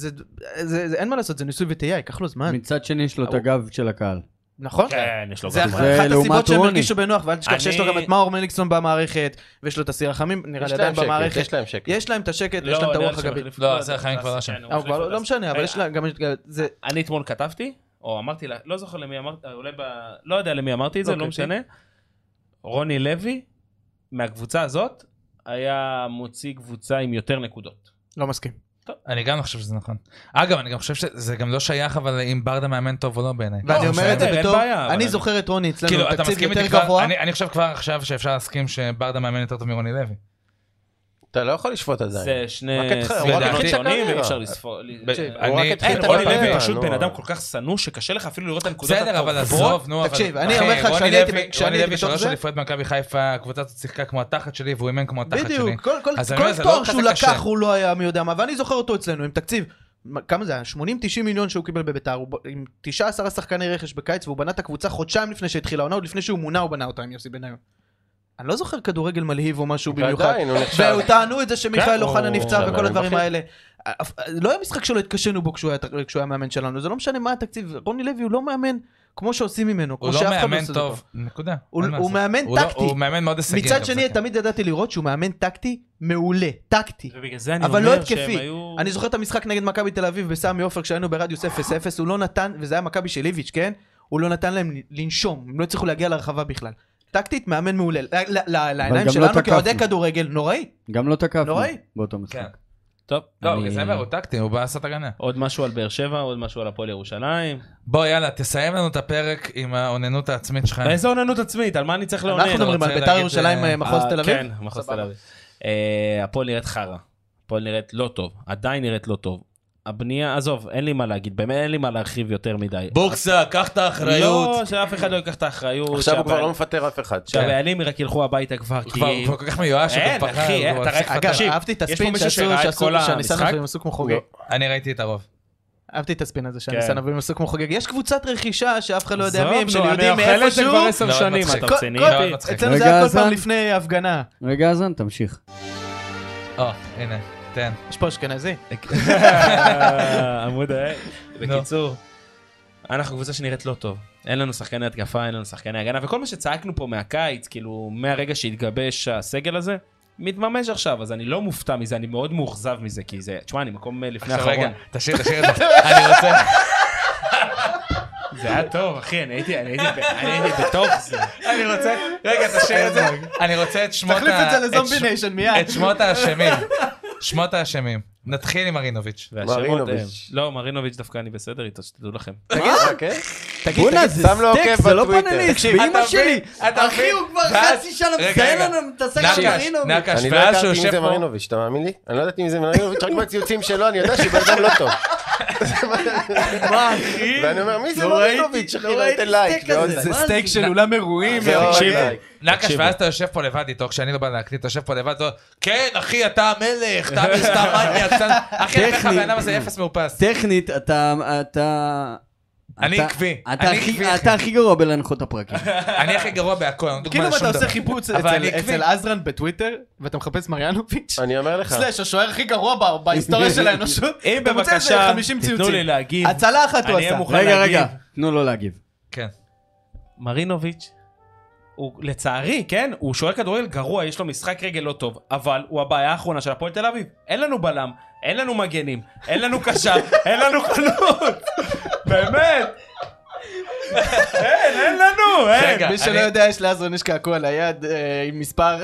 אין מה לעשות, זה ניסוי וטעייה, ייקח לו זמן. מצד שני יש לו את הגב של הקהל. נכון? כן, יש לו זה גם. אחת לעומת הסיבות שהם רוני. הרגישו בנוח, ואל תשכח שיש לו גם את מאור מליקסון במערכת, ויש לו את הסיר החמים, נראה יש לי להם עדיין שקט, במערכת. יש להם שקט. יש להם את השקט ויש להם את הרוח הגבית. לא, הסיר החיים כבר לא שם. לא משנה, אבל יש להם גם... זה- אני אתמול כתבתי, או אמרתי לה, לא זוכר למי אמרתי, אולי לא יודע למי אמרתי את זה, לא לא משנה. רוני לוי, מהקבוצה הזאת, היה מוציא קבוצה עם יותר נקודות. לא מסכים. אני גם לא חושב שזה נכון. אגב, אני גם חושב שזה גם לא שייך, אבל אם ברדה מאמן טוב או לא בעיניי. ואני לא, אומר את זה בסדר, אין בתור... בעיה, אבל אני אני- זוכר את רוני אצלנו, כאילו, אתה תקציב מסכים יותר איתי כבר, גבוה. אני חושב כבר עכשיו שאפשר להסכים שברדה מאמן יותר טוב מרוני לוי. אתה לא יכול לשפוט עדיין. זה שני הוא רק התחיל סגנים את שונים, הקריירה. ואי אפשר לספור. הוא רק התחיל את רוני לוי הקריירה, פשוט נו. בן אדם כל כך שנוא, שקשה לך אפילו לראות את הנקודות בסדר, אבל הטובות. עזוב, נו, אבל... תקשיב, אני אחי, אומר לך, רוני כשאני הייתי- לוי- כשאני רוני הייתי לוי בתוך שלוש זה- אליפויות במכבי חיפה, הקבוצה הזאת שיחקה כמו התחת שלי, והוא אימן כמו התחת שלי. בדיוק, אז אני כל אומר, זה תואר לא שהוא כזה קשה. לקח הוא לא היה מי יודע מה, ואני זוכר אותו אצלנו עם תקציב, כמה זה היה? 80-90 מיליון שהוא קיבל בביתר, הוא עם 19 שחקני רכש בקיץ, והוא בנה את הקבוצה חודשיים לפני שהתחילה העונה, עוד לפני שהוא מונה הוא בנה אותה עם יוסי בניון. אני לא זוכר כדורגל מלהיב או משהו במיוחד, ועדיין, הוא נחשב. והוא טענו את זה שמיכאל כן, אוחנה הוא- נפצע אבל וכל הם הדברים בכיר. האלה. לא היה משחק שלא התקשינו בו כשהוא היה מאמן שלנו, זה לא משנה מה התקציב, רוני לוי הוא לא מאמן כמו שעושים ממנו, כמו הוא לא שאף אחד לא מאמן עושה אותו. טוב, נקודה. הוא- אין מה הוא לעשות. מאמן הוא לא- טקטי. הוא מאמן מאוד הישגי. מצד גם, שני, זה כן. תמיד ידעתי לראות שהוא מאמן טקטי מעולה, טקטי. ובגלל זה אני אבל לא אומר שהם התקפי. היו... אני זוכר את המשחק נגד מכבי תל אביב בסמי עופר כשהיינו ברדיוס 0-0, הוא לא נתן, וזה היה מכבי של איביץ', כן? הוא לא נתן להם לנשום, הם לא הצליחו להגיע לרחבה בכלל. טקטית, מאמן מעולה. לעיניים גם לא שלנו תקפנו. כאוהדי כדורגל, נוראי. גם לא תקפנו נוראי. באותו כן. משחק. טוב, לא, אני- בגלל זה הוא טקטי, הוא בא לעשות הגנה. עוד משהו על באר שבע, עוד משהו על הפועל ירושלים. בוא, יאללה, תסיים לנו את הפרק עם האוננות העצמית שלך. איזה אוננות עצמית? על מה אני צריך לעונן? אנחנו מדברים רוצה על ביתר להגיד, ירושלים מחוז תל אביב? כן, מחוז סבבה. תל אביב. הפועל נראית חרא. הפועל נראית לא טוב. עדיין נראית לא טוב. הבנייה, עזוב, אין לי מה להגיד, באמת אין לי מה להרחיב יותר מדי. בוקסה, קח את האחריות. לא, שאף אחד לא ייקח את האחריות. עכשיו הוא כבר שהבעל- לא מפטר אף אחד. שהבעלים רק ילכו הביתה כבר, כי... כבר כל כך מיואש, הוא אין, כבר פחד, אחי, הוא אתה צריך רואה- לפטר. אגב, תקשיב, אהבתי את יש פה הספין מישהו שראה את כל שהניסן המשחק? הם עשו כמו חוגג. אני ראיתי את הרוב. אהבתי את הספין הזה כן. שהניסן הם עשו כמו חוגג. יש קבוצת רכישה שאף אחד לא יודע עזוב, מי הם, נו, של יהודים אני אוכל את זה מאיפשהו. כבר 10 לא, שנים, מצחיק. אתה רציני? מאוד מצחיק. אצלנו רגע, זה היה כל אז פעם אני- לפני הפגנה. רגע, אז תמשיך. הנה, תן. יש פה אשכנזי. עמוד ה... בקיצור, אנחנו קבוצה שנראית לא טוב. אין לנו שחקני התקפה, אין לנו שחקני הגנה, וכל מה שצעקנו פה מהקיץ, כאילו, מהרגע שהתגבש הסגל הזה, מתממש עכשיו, אז אני לא מופתע מזה, אני מאוד מאוכזב מזה, כי זה, תשמע, אני מקום לפני עכשיו רגע, האחרון. תשאיר את זה. אני רוצה... זה היה טוב, אחי, אני הייתי בתוך זה. אני רוצה... רגע, תשאיר את זה. אני רוצה את שמות תחליף את זה לזומבי ניישן מיד. את שמות האשמים. שמות האשמים. נתחיל עם מרינוביץ'. והשמות הם... מרינוביץ'. לא, מרינוביץ' דווקא אני בסדר איתו, שתדעו לכם. כן? תגיד, בואנה, זה שם לו סטייק, עוקב זה לא בטוויטר. פאנליסט, תקשיב, באמא אתה שלי. מבין? אתה אחי, מבין? הוא כבר ואז- חצי שנה רגע, מציין רגע. לנו, מתעסק נקש, במרינוביץ'. נקש, אני לא ואז שהוא הכרתי מי יושב זה פה... מרינוביץ', אתה מאמין לי? אני לא ידעתי מי זה מרינוביץ', רק בציוצים שלו, אני יודע שהוא בן אדם לא טוב. מה, אחי? ואני אומר, מי זה לא ראיתי- מרינוביץ', אחי, לא לא ראיתי ייתן לייק. סטייק ועוד כזה. זה. זה מה סטייק זה? של אולם אירועים. ועוד תקשיבו. לייק. נקש, תקשיבו. ואז אתה יושב פה לבד איתו, כשאני לא בא להקליט, אתה יושב פה לבד, אתה אומר, כן, אחי, אתה המלך, אתה מסתם מניאק, אחי, לך טכני. הבן אדם הזה אפס מאופס. טכנית, אתה... אני אתה- עקבי, אתה אני הכי- עקבי, אחי. אתה הכי גרוע בלהנחות את הפרקים. אני הכי גרוע בהכל, אני לא דוגמה כאילו אם לשום אתה עושה דבר. חיפוש אבל אני עקבי. אצל עזרן בטוויטר, ואתה מחפש מריאנוביץ', אני אומר לך. סלאש, השוער הכי גרוע בהיסטוריה של האנושות, אם אתה מוצא איזה בבקשה, 50 תיתנו ציוצים. לי להגיב. הצלה אחת הוא אני אהיה עשה. מוכן רגע, להגיב. רגע, תנו לו להגיב. כן. מרינוביץ', הוא לצערי, כן, הוא שוער כדורגל גרוע, יש לו משחק רגל לא טוב, אבל הוא הבעיה האחרונה של הפועל תל אביב. אין לנו בלם, אין לנו מגנים, אין לנו קשר, אין לנו חלוץ. באמת. אין לנו, אין. רגע, מי שלא אני- יודע, יש לעזרן יש קעקוע על היד עם מספר.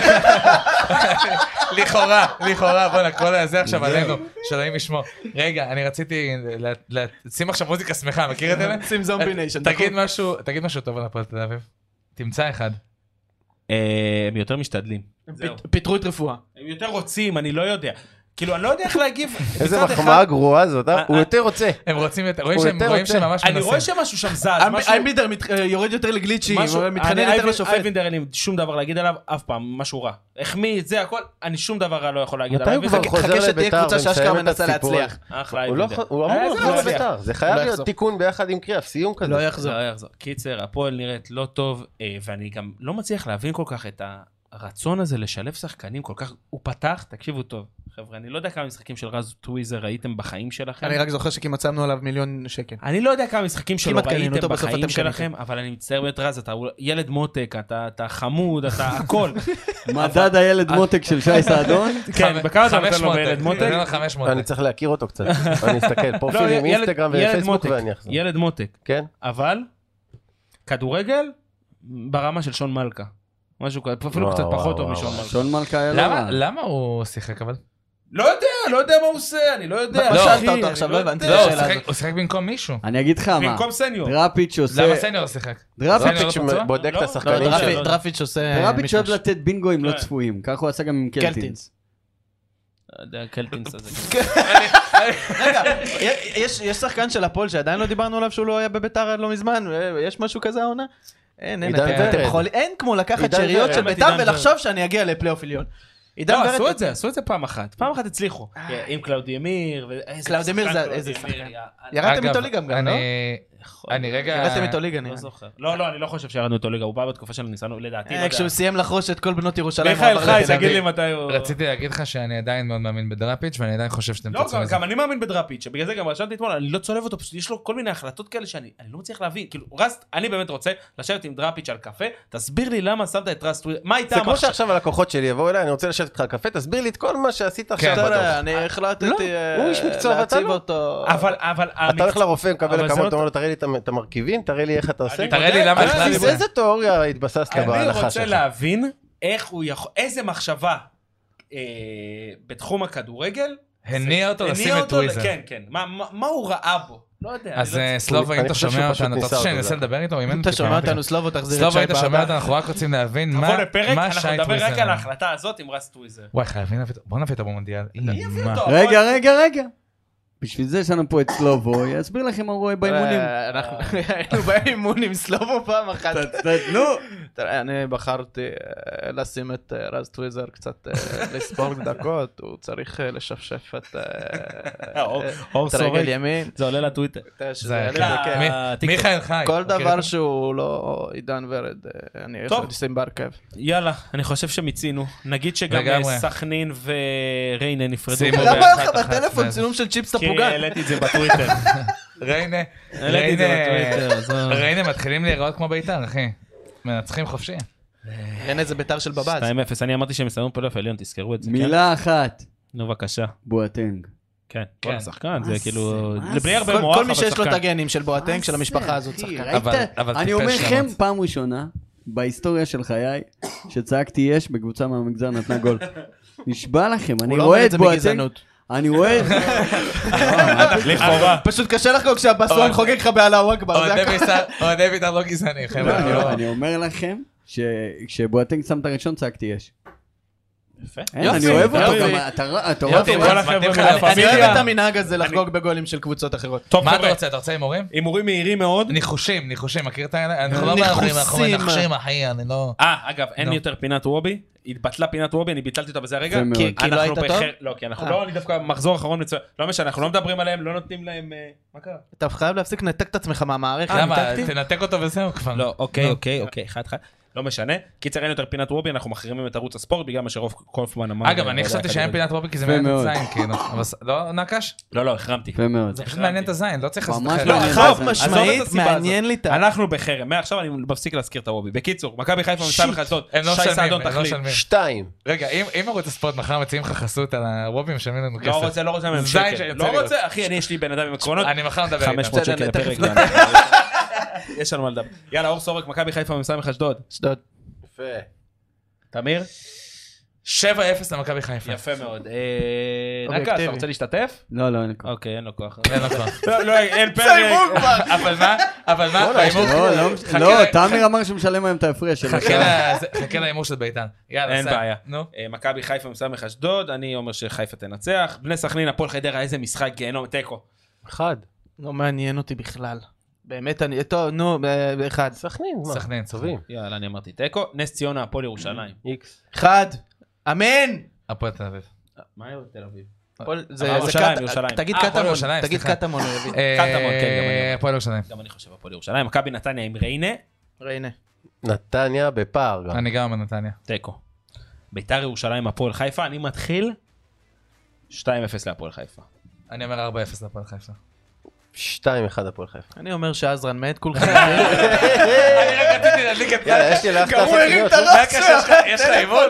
לכאורה, בוא'נה, כל הזה עכשיו עלינו, שאלוהים ישמור. רגע, אני רציתי, שים עכשיו מוזיקה שמחה, מכיר את אלה? שים זומבי ניישן. תגיד משהו טוב על הפועל תל אביב. תמצא אחד. הם יותר משתדלים. זהו. פיטרו את רפואה. הם יותר רוצים, אני לא יודע. כאילו, אני לא יודע איך להגיב. איזה מצד מחמאה אחד, גרועה זאת, הוא יותר רוצה. הם רוצים יותר, הוא יותר רואים רוצה. שממש אני מנסים. רואה שמשהו שם זז, משהו... אייבינדר יורד יותר לגליצ'י, מתחנן יותר לשופט. אייבינדר אין לי שום דבר להגיד עליו, אף פעם, משהו רע. החמיא, זה הכל, אני שום דבר רע לא יכול להגיד מתי עליו. הוא כבר חוזר חכה שתהיה לביתר קבוצה שאשכרה ומסיים את מנסה הסיפור? להצליח. אחלה הוא אייבינדר. אמור לחזור יחזור. לביתר, זה חייב לא להיות יחזור. תיקון ביחד עם קריאף, סיום כזה. לא יחזור. לא יחזור. קיצר, הפועל נראית לא טוב, ואני גם לא מצליח להבין כל כך את הרצון הזה לשלב שחקנים כל כך, הוא פתח, תקשיבו טוב, חבר'ה, אני לא יודע כמה משחקים של רז טוויזר ראיתם בחיים שלכם. אני רק זוכר שכמעט שמנו עליו $1,000,000. אני לא יודע כמה משחקים שלו כמעט קנינו ראיתם אותו, בסוף בחיים אתם שלכם, אבל אני מצטער באמת רז, אתה ילד מותק, אתה חמוד, אתה הכל. מדד הילד מותק של שי סעדון. כן, בכמה אתה נותן לו 500, בילד מותק? נותן לו 500. אני צריך להכיר אותו קצת. אני אסתכל, פרופילים, ילד- אינסטגרם ילד ופייסבוק מותק, ואני אחזור. ילד מותק, כן? אבל כדורגל ברמה של שון מלכה. משהו כזה, אפילו וואו, קצת פחות וואו, טוב משון וואו. מלכה. שון מלכה היה לא רע. למה הוא שיחק אבל? לא יודע מה הוא עושה, אני לא יודע. מה אחי, שאלת אותו אני עכשיו? לא לא הבנתי. יודע. לא, השאלה הזאת. הוא שיחק במקום מישהו. אני אגיד לך מה, במקום סניור. דראפיץ' עושה... למה סניור שיחק? דראפיץ' דראפיץ' לא פצוע? שבודק את לא, השחקנים לא, שלו. דראפיץ' עושה... דראפיץ' אוהב מישמש. לתת בינגואים לא כן. צפויים, ככה הוא עשה גם עם קלטינס. קלטינס. לא יודע, קלטינס הזה. רגע, יש שחקן של הפועל שעדיין לא דיברנו עליו שהוא לא היה בביתר עד לא מזמן, יש משהו כזה העונה? אין, עידן אתם ורד. יכולים, אין כמו לקחת עידן שאריות ורד. של באמת, ביתר עידן ולחשוב שאני אגיע לפלייאוף עליון. עידן לא, ורד, עשו את זה פעם אחת. פעם אחת הצליחו. עם קלאודימיר. קלאודימיר זה איזה שחקן. ירדתם אגב, איתו ליגה גם, לא? אני רגע... ירדתם איתו ליגה נראה. לא זוכר. לא, אני לא חושב שירדנו איתו ליגה. הוא בא בתקופה של ניסנו, לדעתי. לא יודע. כשהוא סיים לחרוש את כל בנות ירושלים. מיכאל הוא עבר חי, לתל תגיד לי אביב. מתי הוא... רציתי להגיד לך שאני עדיין מאוד מאמין בדראפיץ' ואני עדיין חושב שאתם לא, תצאו מזה. גם אני מאמין בדראפיץ', שבגלל זה גם רשמתי אתמול, אני לא צולב אותו, פשוט יש לו כל מיני החלטות כאלה שאני לא מצליח להבין. כאילו, רז, אני באמת רוצה לשבת עם דראפיץ' על קפה, תסביר לי למה שמת את רז טוויזר, מה הייתה זה כמו המחשבה? שעכשיו הלקוחות שלי יבואו אליי, אני רוצה לשבת איתך על קפה, תסביר לי את כל מה שעשית עכשיו אתה יודע, בדוח. אני החלטתי הוא איש מקצוע, ואתה להציב לא. אותו. אבל... אתה הולך לרופא, מקבל אבל זה אקמול, לא- אתה אומר לו, תראה לי את המרכיבים, תראה לי איך אתה עושה. תראה לי למה אני החלטתי. על איזה תיאוריה התבססת אני בהלכה רוצה שלך? להבין איך הוא יכול, איזה מחשבה בתחום הכדורגל הניע אותו לשים הניע את אותו טוויזר. כן, מה הוא ראה בו? לא יודע. אז אני לא- סלובו, אם אני אתה חושב שומע שהוא פשוט אותנו, אתה ניסה רוצה שאני אותו, אנסה לדבר איתו? אם אתה שומע אותנו, סלובו תחזיר את סלובו, שי היית שומע ברדה. אותנו, אנחנו רק רוצים להבין תבוא לפרק, מה אנחנו שי נדבר רק טוויזר. על ההחלטה הזאת עם רז טוויזר. וואי, חייבים להביא אותו, בוא נביא אותו במונדיאל. מי יביא מה? אותו? רגע. בשביל זה יש לנו פה את סלובו, יסביר לכם מה הוא רואה באימונים. אנחנו היינו באימון עם סלובו פעם אחת. נו. תראה, אני בחרתי לשים את רז טוויזר קצת לספור דקות, הוא צריך לשפשף את אור את רגל סורק, ימין. זה עולה לטוויטר. זה כן. מיכאל חי. כל מכיר דבר אותו? שהוא לא עידן ורד, אני טוב. אשים בהרכב. יאללה, אני חושב שמיצינו. נגיד שגם לגמרי. סכנין וריינה נפרדו. שימו פה לב. למה היה לך באחת, בטלפון אחת. צילום של צ'יפס כי תפוגן? העליתי את זה בטוויטר. ריינה, העליתי את זה בטוויטר, עזוב. ריינה מתחילים להיראות כמו בית"ר, אחי. מנצחים חופשי. אין איזה ביתר של בבאז. 2-0, אני אמרתי שהם יסיימו פלייאוף עליון, תזכרו את זה. כן? מילה אחת, נו בבקשה. בואטנג. כן, כן. כל שחקן, זה מה כאילו, זה? בלי הרבה מוח, כל אבל מי שיש לו את שחקן. הגנים של בואטנג, מה של זה, המשפחה הזאת, אחי? שחקן. ראית? אבל אני טיפש אומר לכם, למות. פעם ראשונה בהיסטוריה של חיי, שצעקתי יש בקבוצה מהמגזר נתנה גול. נשבע לכם, אני הוא לא אומר רואה את את זה בואטנג, מגזענות. אני רואה את זה. לכאורה. פשוט קשה לחגוג כשהבסואן חוגג לך באללהו אכבר. זה הכל. אוהדי בית"ר לא גזעני, חבר'ה. לא, אני אומר לכם, שכשבואטנג שם את הראשון צעקתי יש. יפה. אין, יופי, אני אוהב אותו, יופי. גם אתה יופי, רואה כל אותו. החבר'ה מתאים לך אני מהפמיליה. אוהב את המנהג הזה לחגוג בגולים של קבוצות אחרות. טוב מה אתה חבר'ה, רוצה? אתה רוצה הימורים? הימורים מהירים מאוד. ניחושים, מכיר את האלה? אנחנו לא מהמרים, אנחנו ניחוסים. מנחשים, אחי, אני לא... אגב, אין נו. יותר פינת וובי, התבטלה פינת וובי, אני ביטלתי אותה בזה הרגע. זה מאוד. כי לא אנחנו היית טוב? לא, כי אנחנו לא, אני דווקא מחזור אחרון מצוין, לא משנה, אנחנו לא מדברים עליהם, לא נותנים להם, מה קרה? אתה חייב להפסיק לנתק את עצמך מהמערכת. למה? ניתקתי? תנתק אותו וזהו כבר. לא, אוקיי, אחד. לא משנה. קיצר, אין יותר פינת וובי, אנחנו מחרימים את ערוץ הספורט, בגלל מה שרוב קולפמן אמר. אגב, אני חשבתי שאין פינת וובי כי זה יפה מעניין את מאוד. הזין, כאילו. אבל לא נקש? לא, החרמתי. יפה מאוד. זה פשוט מעניין את הזין, לא צריך לעשות ממש אחרת. לא, עזוב, חד עזוב את משמעית הסיבה מעניין לי את ה... אנחנו בחרם, מעכשיו אני מפסיק להזכיר את הוובי. בקיצור, מכבי חיפה מסיים אשדוד, הם לא שי משלמים, סעדון הם לא תחליט. משלמים. 2. רגע, אם ערוץ הספורט מחר מציעים לך חסות על הוובי, משלמים לנו כסף. לא רוצה מהם זין שקל. שיוצא לא לראות. רוצה, אחי, יש לי בן אדם עם עקרונות. אני מחר מדבר איתם. 500 שקל בסדר, לפרק. תכף יש לנו מה לדבר. יאללה, אור סורק, מכבי חיפה מסיים אשדוד. אשדוד. יפה. תמיר? 7-0 למכבי חיפה. יפה מאוד. אובייקטיבי. נקה, אתה רוצה להשתתף? לא, אין לי כוח. אוקיי, אין לו כוח. אין לו כוח. לא, אין פרק. אבל מה? לא, תמיר אמר שהוא משלם היום את ההפרש. חכה להימור של ביתן. יאללה, אין סע. בעיה. נו. מכבי חיפה מסמך אשדוד, אני אומר שחיפה תנצח. בני סכנין, הפועל חדרה, איזה משחק גיהנום, תיקו. אחד. לא מעניין אותי בכלל. באמת, טוב, נו, אחד. סכנין, מה? סכנין, טובים. יאללה, אני אמרתי תיקו. נס ציונה, הפועל ירושלים. איקס. אחד. אמן! הפועל תל אביב. מה היה תל אביב? ירושלים. תגיד הפועל קטמון, ירושלים, תגיד סליחה. קטמון, הוא יבין. קטמון, כן, גם אני אומר. הפועל ירושלים. גם אני חושב הפועל ירושלים. מכבי נתניה עם ריינה, ריינה. נתניה בפער גם. אני גם בנתניה. תיקו. ביתר ירושלים, הפועל חיפה, אני מתחיל 2-0 להפועל חיפה. אני אומר 4-0 להפועל חיפה. 2-1 הפועל חיפה. אני אומר שעזרן מת, כולכם. אני רק רציתי להדליק את יאללה, יש לי ללכת לעשות קניות. יש לך אימון?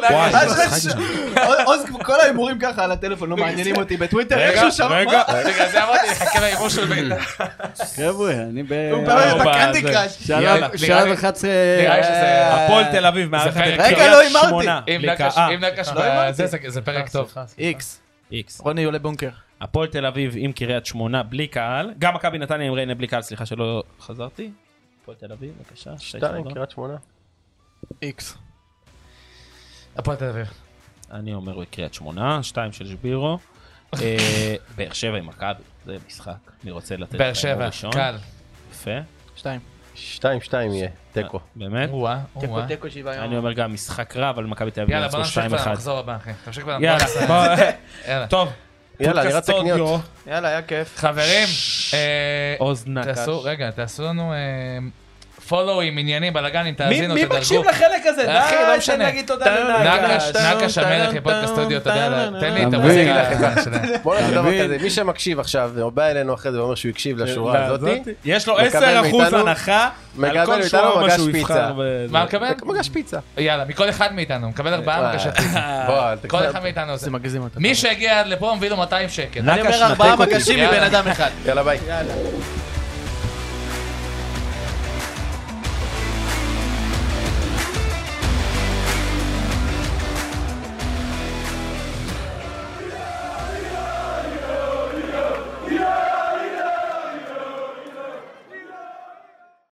עוז, כל ההימורים ככה על הטלפון לא מעניינים אותי בטוויטר. רגע, בגלל זה אמרתי, חכה להימור של ביתר. חבר'ה, אני הוא באמת בקנדי קראש. שעה ו-11... נראה לי שזה... הפועל תל אביב מארחת את רגע, קריית לא הימרתי. שמונה. אם נקש זה פרק טוב. איקס. איקס. רוני עולה בונקר. הפועל תל אביב עם קריית שמונה בלי קהל. גם מכבי נתניה עם ריינה בלי קהל, סליחה שלא חזרתי. הפועל תל אביב, בבקשה. 2, קריית שמונה. איקס. הפועל תל אביב. אני אומר קריית שמונה, 2 של שבירו. באר שבע עם מכבי, זה משחק. אני רוצה לתת באר שבע, קל. יפה. 2. 2-2 יהיה, תיקו. באמת? תיקו 7 יום. אני אומר גם משחק רע, אבל מכבי תל אביב יאללה, בוא ינצחו נמשיך 2-1. למחזור הבא, אחי. תמשיך כבר. יאללה, יאללה. טוב. יאללה, אני פודקאסט רץ לקניות. אודיו. יאללה, היה כיף. חברים, עוז נקש. תעשו לנו פולואים, עניינים, בלאגנים, תאזינו, מי תדרגו. מקשיב לחלק הזה? אחי, לא די, משנה. תן להגיד תודה לנקש. נקש המלך לפודקאסט סטודיו, אתה יודע, תן לי את אמין. המוזיקה. בוא נעשה דבר כזה, מי שמקשיב עכשיו, או בא אלינו אחרי זה ואומר שהוא הקשיב לשורה הזאתי, יש לו מקבל 10% מאיתנו- הנחה על מקבל כל מאיתנו שורה מה מגש שהוא פיצה. יבחר. מה מקבל? מגש פיצה. יאללה, מכל אחד מאיתנו, מקבל 4 מגשת פיצה. בוא, כל אחד מאיתנו זה זה. מגזים אותה. מי שהגיע עד לפה מביא לו 200 שקל. אני אומר 4 מגשים מבן אדם אחד. יאללה ביי. יאללה.